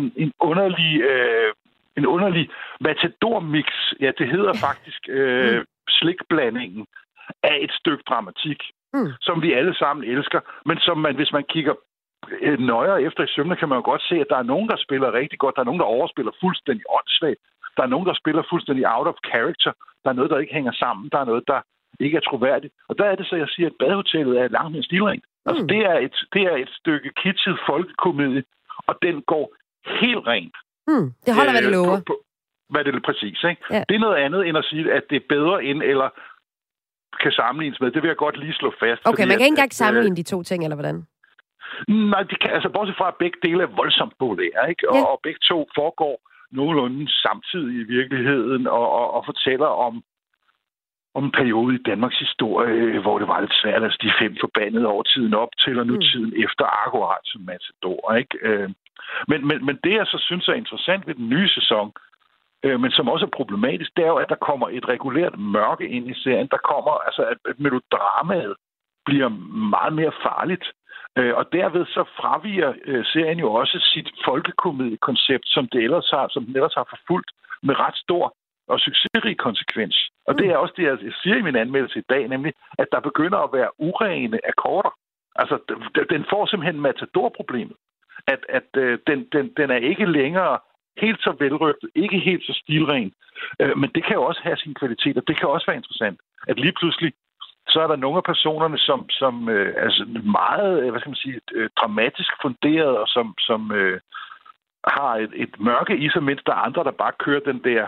en underlig Matador-mix. Ja, det hedder faktisk slikblandingen af et stykke dramatik, som vi alle sammen elsker, men som man, hvis man kigger nøjere efter i sømne, kan man jo godt se, at der er nogen, der spiller rigtig godt, der er nogen, der overspiller fuldstændig åndssvagt, der er nogen, der spiller fuldstændig out of character, der er noget, der ikke hænger sammen, der er noget, der ikke er troværdigt. Og der er det så, jeg siger, at Badehotellet er langt mere stilrent. Altså, det er et stykke kitschet folkekomedie, og den går helt rent. Det holder, hvad det lover. Hvad det er præcis, ikke? Ja. Det er noget andet, end at sige, at det er bedre end, eller kan sammenlignes med. Det vil jeg godt lige slå fast. Okay, man kan ikke engang sammenligne de to ting, eller hvordan? Nej, de kan, altså bortset fra, at begge dele er voldsomt populære, ikke? Ja. Og begge to foregår nogenlunde samtidig i virkeligheden, og fortæller om en periode i Danmarks historie, hvor det var lidt svært, altså de 5 forbandede år tiden op til, og nu tiden efter, akkurat som Matador, ikke? Men det, jeg så synes er interessant ved den nye sæson, men som også er problematisk, det er jo, at der kommer et regulært mørke ind i serien. Der kommer, altså, at melodramaet bliver meget mere farligt. Og derved så fraviger serien jo også sit folkekomediekoncept, som den ellers har forfulgt med ret stor og succesrig konsekvens. Og det er også det, jeg siger i min anmeldelse i dag, nemlig, at der begynder at være urene akkorder. Altså, den får simpelthen Matador-problemet. At den er ikke længere helt så velrygtet, ikke helt så stilren. Men det kan jo også have sine kvaliteter. Det kan også være interessant, at lige pludselig så er der nogle af personerne, som altså meget, hvad skal man sige, dramatisk funderet, og som har et mørke i sig, mens der er andre, der bare kører den der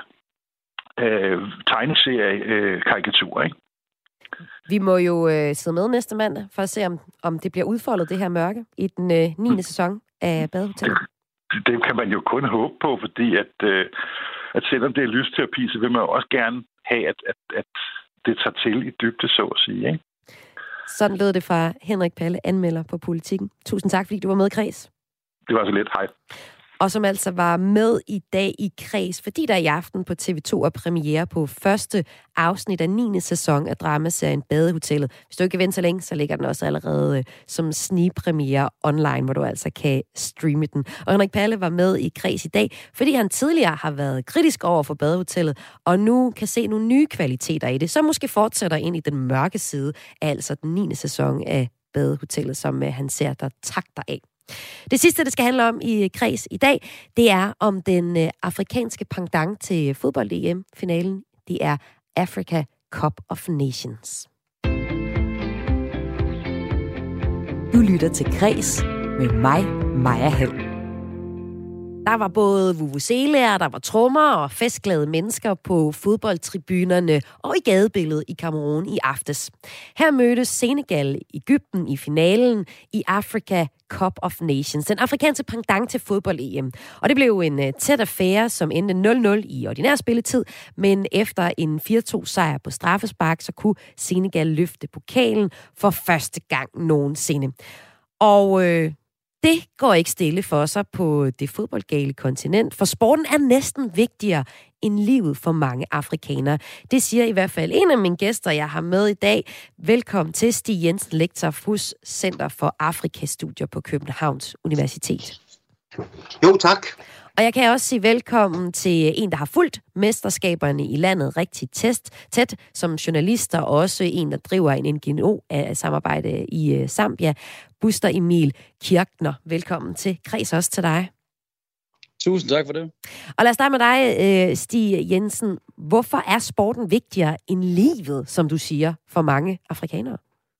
tegneserie-karikatur, ikke? Vi må jo sidde med næste mandag for at se, om det bliver udfoldet, det her mørke, i den 9. sæson af Badehotellet. Det kan man jo kun håbe på, fordi at selvom det er lysterapi, så vil man jo også gerne have, at det tager til i dybde, så at sige, ikke? Sådan lød det fra Henrik Palle, anmelder på Politikken. Tusind tak, fordi du var med i Kreds. Det var så lidt. Hej. Og som altså var med i dag i Kreds, fordi der i aften på TV2 er premiere på første afsnit af 9. sæson af dramaserien Badehotellet. Hvis du ikke kan vente så længe, så ligger den også allerede som snigpremiere online, hvor du altså kan streame den. Og Henrik Palle var med i Kreds i dag, fordi han tidligere har været kritisk over for Badehotellet, og nu kan se nogle nye kvaliteter i det, som måske fortsætter ind i den mørke side, altså den 9. sæson af Badehotellet, som han ser, der takter af. Det sidste, det skal handle om i Kreds i dag, det er om den afrikanske pendant til fodbold-EM-finalen. Det er Africa Cup of Nations. Du lytter til Kreds med mig, Maja Hall. Der var både vuvuzelaer, der var trommer og festglade mennesker på fodboldtribunerne og i gadebilledet i Cameroun i aftes. Her mødtes Senegal, Egypten i finalen i Africa Cup of Nations, den afrikanske pendant til fodbold-EM. Og det blev en tæt affære, som endte 0-0 i ordinær spilletid, men efter en 4-2-sejr på straffespark, så kunne Senegal løfte pokalen for første gang nogensinde. Og det går ikke stille for sig på det fodboldgale kontinent, for sporten er næsten vigtigere end livet for mange afrikanere. Det siger i hvert fald en af mine gæster, jeg har med i dag. Velkommen til Stig Jensen, lektor hos Center for Afrikastudier på Københavns Universitet. Jo, tak. Og jeg kan også sige velkommen til en, der har fulgt mesterskaberne i landet rigtig tæt som journalister, og også en, der driver en NGO-samarbejde i Zambia, Buster Emil Kirchner. Velkommen til Kreds, også til dig. Tusind tak for det. Og lad os starte med dig, Stig Jensen. Hvorfor er sporten vigtigere end livet, som du siger, for mange afrikanere?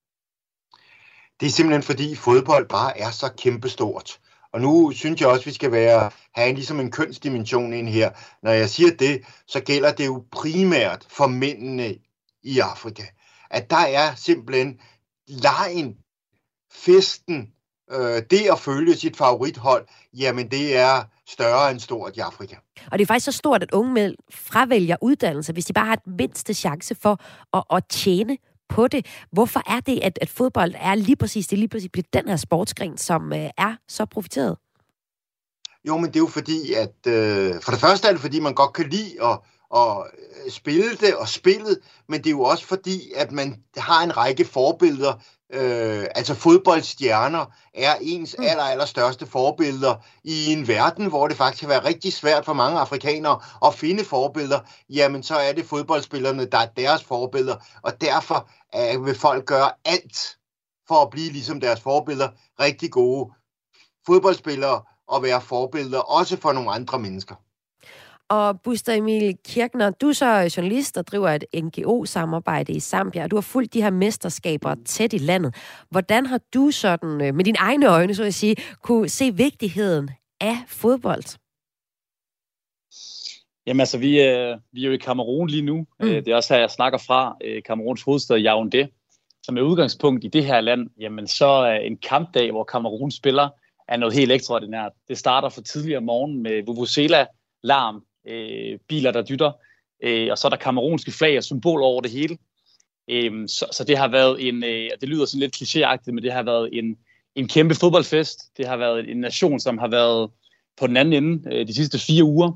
Det er simpelthen fordi fodbold bare er så kæmpestort. Og nu synes jeg også, at vi skal have ligesom en kønsdimension ind her. Når jeg siger det, så gælder det jo primært for mændene i Afrika. At der er simpelthen legen, festen, det at følge sit favorithold, jamen det er større end stort i Afrika. Og det er faktisk så stort, at unge mænd fravælger uddannelse, hvis de bare har et mindste chance for at tjene på det. Hvorfor er det, at fodbold er lige præcis bliver den her sportsgren, som er så profiteret? Jo, men det er jo fordi, at for det første er det, fordi man godt kan lide at spille det og spillet, men det er jo også fordi, at man har en række forbilder. Altså fodboldstjerner er ens allerstørste forbilleder i en verden, hvor det faktisk kan være rigtig svært for mange afrikanere at finde forbilleder. Jamen så er det fodboldspillerne, der er deres forbilleder, og derfor vil folk gøre alt for at blive ligesom deres forbilleder, rigtig gode fodboldspillere og være forbilleder også for nogle andre mennesker. Og Buster Emil Kirchner, du er så journalist og driver et NGO-samarbejde i Zambia, og du har fulgt de her mesterskaber tæt i landet. Hvordan har du sådan, med dine egne øjne, så at sige, kunne se vigtigheden af fodbold? Jamen altså, vi er jo i Cameroun lige nu. Det er også her, jeg snakker fra, Camerouns hovedstad Yaoundé. Så med udgangspunkt i det her land, jamen så er en kampdag, hvor Cameroun spiller, er noget helt ekstraordinært. Det starter for tidligere morgen med vuvuzela-larm, biler, der dytter, og så er der camerounske flag og symbol over det hele. Så det har været det lyder sådan lidt klichéagtigt, men det har været en kæmpe fodboldfest. Det har været en nation, som har været på den anden ende de sidste 4 uger.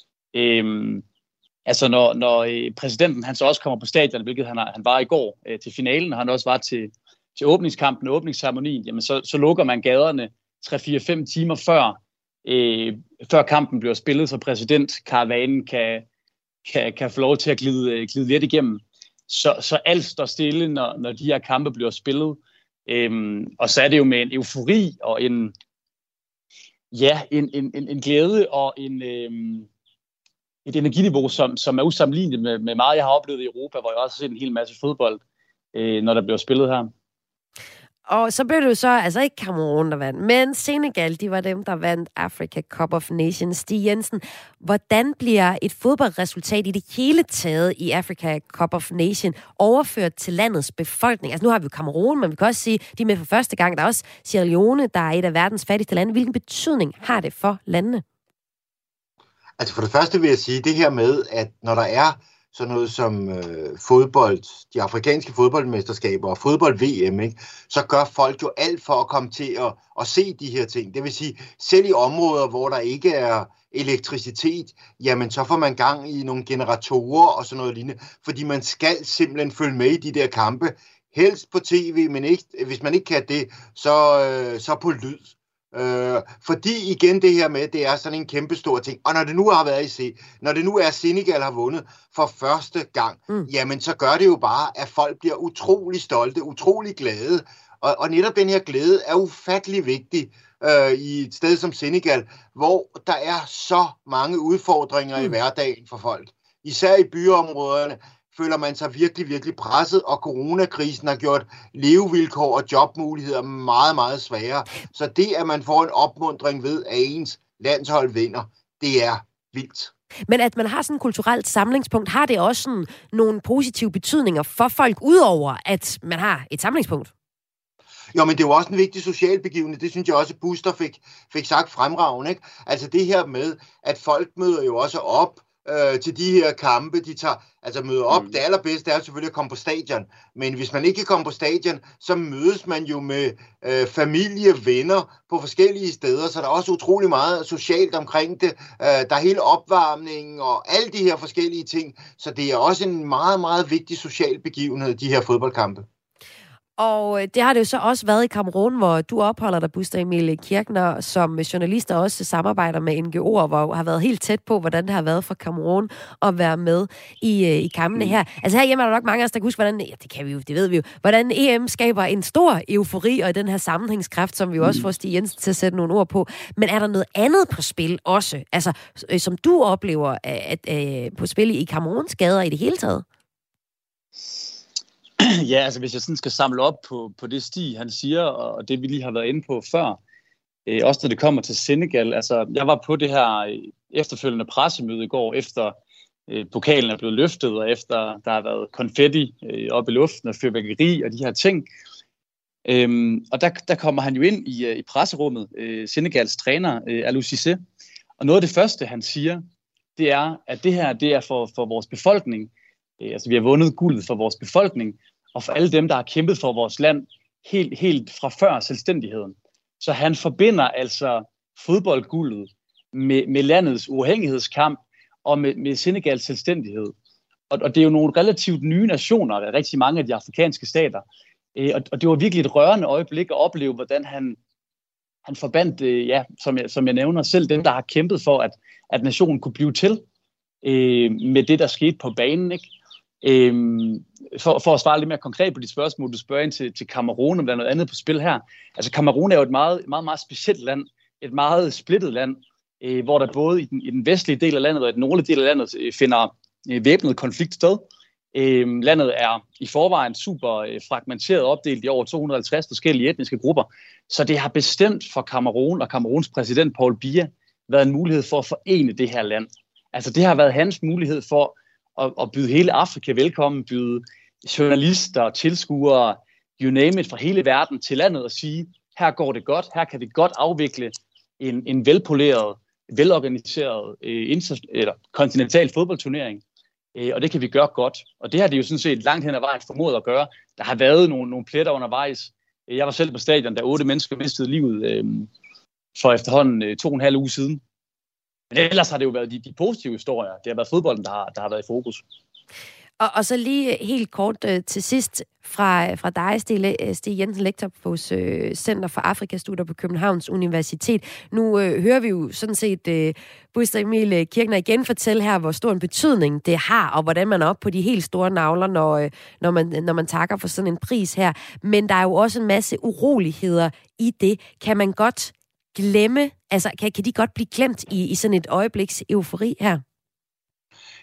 Altså når præsidenten han så også kommer på stadion, hvilket han var i går til finalen, og han også var til åbningskampen og åbningsceremonien, jamen så lukker man gaderne 3-4-5 timer før kampen bliver spillet, så præsidentkaravanen kan få lov til at glide lidt igennem. Så alt står stille, når de her kampe bliver spillet. Og så er det jo med en eufori og en glæde og et energiniveau, som er usammenligneligt med meget, jeg har oplevet i Europa, hvor jeg også har set en hel masse fodbold. når der bliver spillet her. Og så blev det jo så, altså ikke Cameroun, der vandt, men Senegal, de var dem, der vandt Africa Cup of Nations. Stig Jensen, hvordan bliver et fodboldresultat i det hele taget i Africa Cup of Nations overført til landets befolkning? Altså nu har vi jo Cameroun, men vi kan også sige, de er med for første gang. Der er også Sierra Leone, der er et af verdens fattigste lande. Hvilken betydning har det for landene? Altså for det første vil jeg sige det her med, at når der er sådan noget som fodbold, de afrikanske fodboldmesterskaber og fodbold-VM, ikke, så gør folk jo alt for at komme til at se de her ting. Det vil sige, selv i områder, hvor der ikke er elektricitet, jamen så får man gang i nogle generatorer og sådan noget lignende, fordi man skal simpelthen følge med i de der kampe, helst på tv, men ikke, hvis man ikke kan det, så på lyd. Fordi igen det her med, det er sådan en kæmpe stor ting. Og når det nu har været når det nu er Senegal har vundet for første gang, jamen så gør det jo bare, at folk bliver utrolig stolte, utrolig glade. Og netop den her glæde er ufattelig vigtig i et sted som Senegal, hvor der er så mange udfordringer i hverdagen for folk. Især i byområderne føler man sig virkelig, virkelig presset, og coronakrisen har gjort levevilkår og jobmuligheder meget, meget svære. Så det, at man får en opmuntring ved, at ens landshold vinder, det er vildt. Men at man har sådan et kulturelt samlingspunkt, har det også sådan nogle positive betydninger for folk, udover at man har et samlingspunkt? Jo, men det er jo også en vigtig social begivenhed. Det synes jeg også, at Buster fik sagt fremragende, ikke? Altså det her med, at folk møder jo også op til de her kampe, de møder op. Det allerbedste er selvfølgelig at komme på stadion. Men hvis man ikke kan komme på stadion, så mødes man jo med familie, venner på forskellige steder, så der er også utrolig meget socialt omkring det. Der er hele opvarmningen og alle de her forskellige ting. Så det er også en meget, meget vigtig social begivenhed, de her fodboldkampe. Og det har det jo så også været i Cameroun, hvor du opholder dig, Buster Emil Kirchner, som journalist og også samarbejder med NGO'er, hvor har været helt tæt på, hvordan det har været for Cameroun at være med i kampene her. Altså herhjemme er der nok mange af os, der kan huske, hvordan, det ved vi jo, hvordan EM skaber en stor eufori og den her sammenhængskraft, som vi jo også får Stig Jensen til at sætte nogle ord på. Men er der noget andet på spil også, altså som du oplever på spil i Camerouns gader i det hele taget? Ja, altså hvis jeg sådan skal samle op på det Stig, han siger, og det vi lige har været inde på før, også når det kommer til Senegal. Altså, jeg var på det her efterfølgende pressemøde i går, efter pokalen er blevet løftet, og efter der har været konfetti op i luften og fyrværkeri og de her ting. Og der kommer han jo ind i presserummet, Senegals træner, Aliou Cissé. Og noget af det første, han siger, det er, at det her det er for vores befolkning. Altså, vi har vundet guldet for vores befolkning, og for alle dem, der har kæmpet for vores land helt fra før selvstændigheden. Så han forbinder altså fodboldguldet med landets uafhængighedskamp og med Senegals selvstændighed. Og det er jo nogle relativt nye nationer, der er rigtig mange af de afrikanske stater. Og det var virkelig et rørende øjeblik at opleve, hvordan han forbandt, som jeg nævner selv, dem, der har kæmpet for, at nationen kunne blive til med det, der skete på banen, ikke? For at svare lidt mere konkret på de spørgsmål, du spørger ind til Cameroun, om der er noget andet på spil her. Altså Cameroun er jo et meget, meget, meget specielt land, et meget splittet land, hvor der både i den vestlige del af landet og i den nordlige del af landet finder væbnet konflikt sted. Landet er i forvejen super fragmenteret opdelt i over 250 forskellige etniske grupper, så det har bestemt for Cameroun og Camerouns præsident Paul Biya været en mulighed for at forene det her land. Altså det har været hans mulighed for at byde hele Afrika velkommen, byde journalister, tilskuere, you name it, fra hele verden til landet og sige, her går det godt, her kan vi godt afvikle en velpoleret, velorganiseret kontinental fodboldturnering, og det kan vi gøre godt. Og det har det jo sådan set langt hen ad vejen formået at gøre. Der har været nogle pletter undervejs. Jeg var selv på stadion, da 8 mennesker mistede livet for efterhånden 2,5 uger siden. Men ellers har det jo været de positive historier. Det har været fodbolden, der har været i fokus. Og så lige helt kort til sidst fra dig, Stig Jensen, lektor på Center for Afrikastudier på Københavns Universitet. Nu hører vi jo sådan set Buster Emil Kirchner igen fortælle her, hvor stor en betydning det har, og hvordan man er oppe på de helt store navler, når man takker for sådan en pris her. Men der er jo også en masse uroligheder i det. Kan man godt glemme, altså kan de godt blive glemt i sådan et øjebliks eufori her?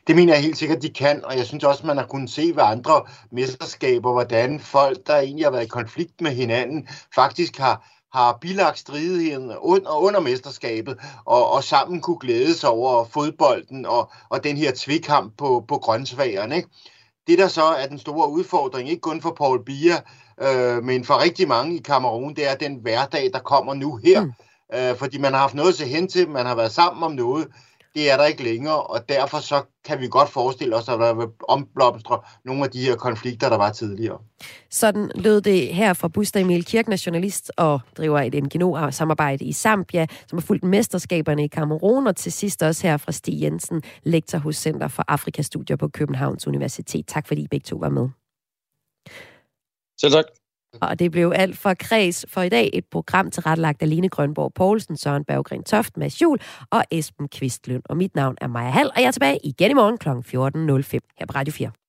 Det mener jeg helt sikkert, de kan, og jeg synes også, man har kunnet se ved andre mesterskaber, hvordan folk, der egentlig har været i konflikt med hinanden, faktisk har bilagt stridigheden under mesterskabet, og sammen kunne glæde sig over fodbolden og den her tvekamp på grøntsvagerne, ikke? Det, der så er den store udfordring, ikke kun for Paul Biya, men for rigtig mange i Kamerun, det er den hverdag, der kommer nu her. Fordi man har haft noget at se hen til, man har været sammen om noget, det er der ikke længere, og derfor så kan vi godt forestille os, at der vil omblomstre nogle af de her konflikter, der var tidligere. Sådan lød det her fra Buster Emil Kirchner, journalist og driver et NGO-samarbejde i Zambia, som har fulgt mesterskaberne i Kamerun, og til sidst også her fra Stig Jensen, lektor hos Center for Afrikastudier på Københavns Universitet. Tak fordi I begge to var med. Selv tak. Og det blev alt for Kreds for i dag. Et program tilrettelagt af Line Grønborg Poulsen, Søren Berggren Toft, Mads Juhl og Esben Kvistlund. Og mit navn er Maja Hall, og jeg er tilbage igen i morgen kl. 14.05 her på Radio 4.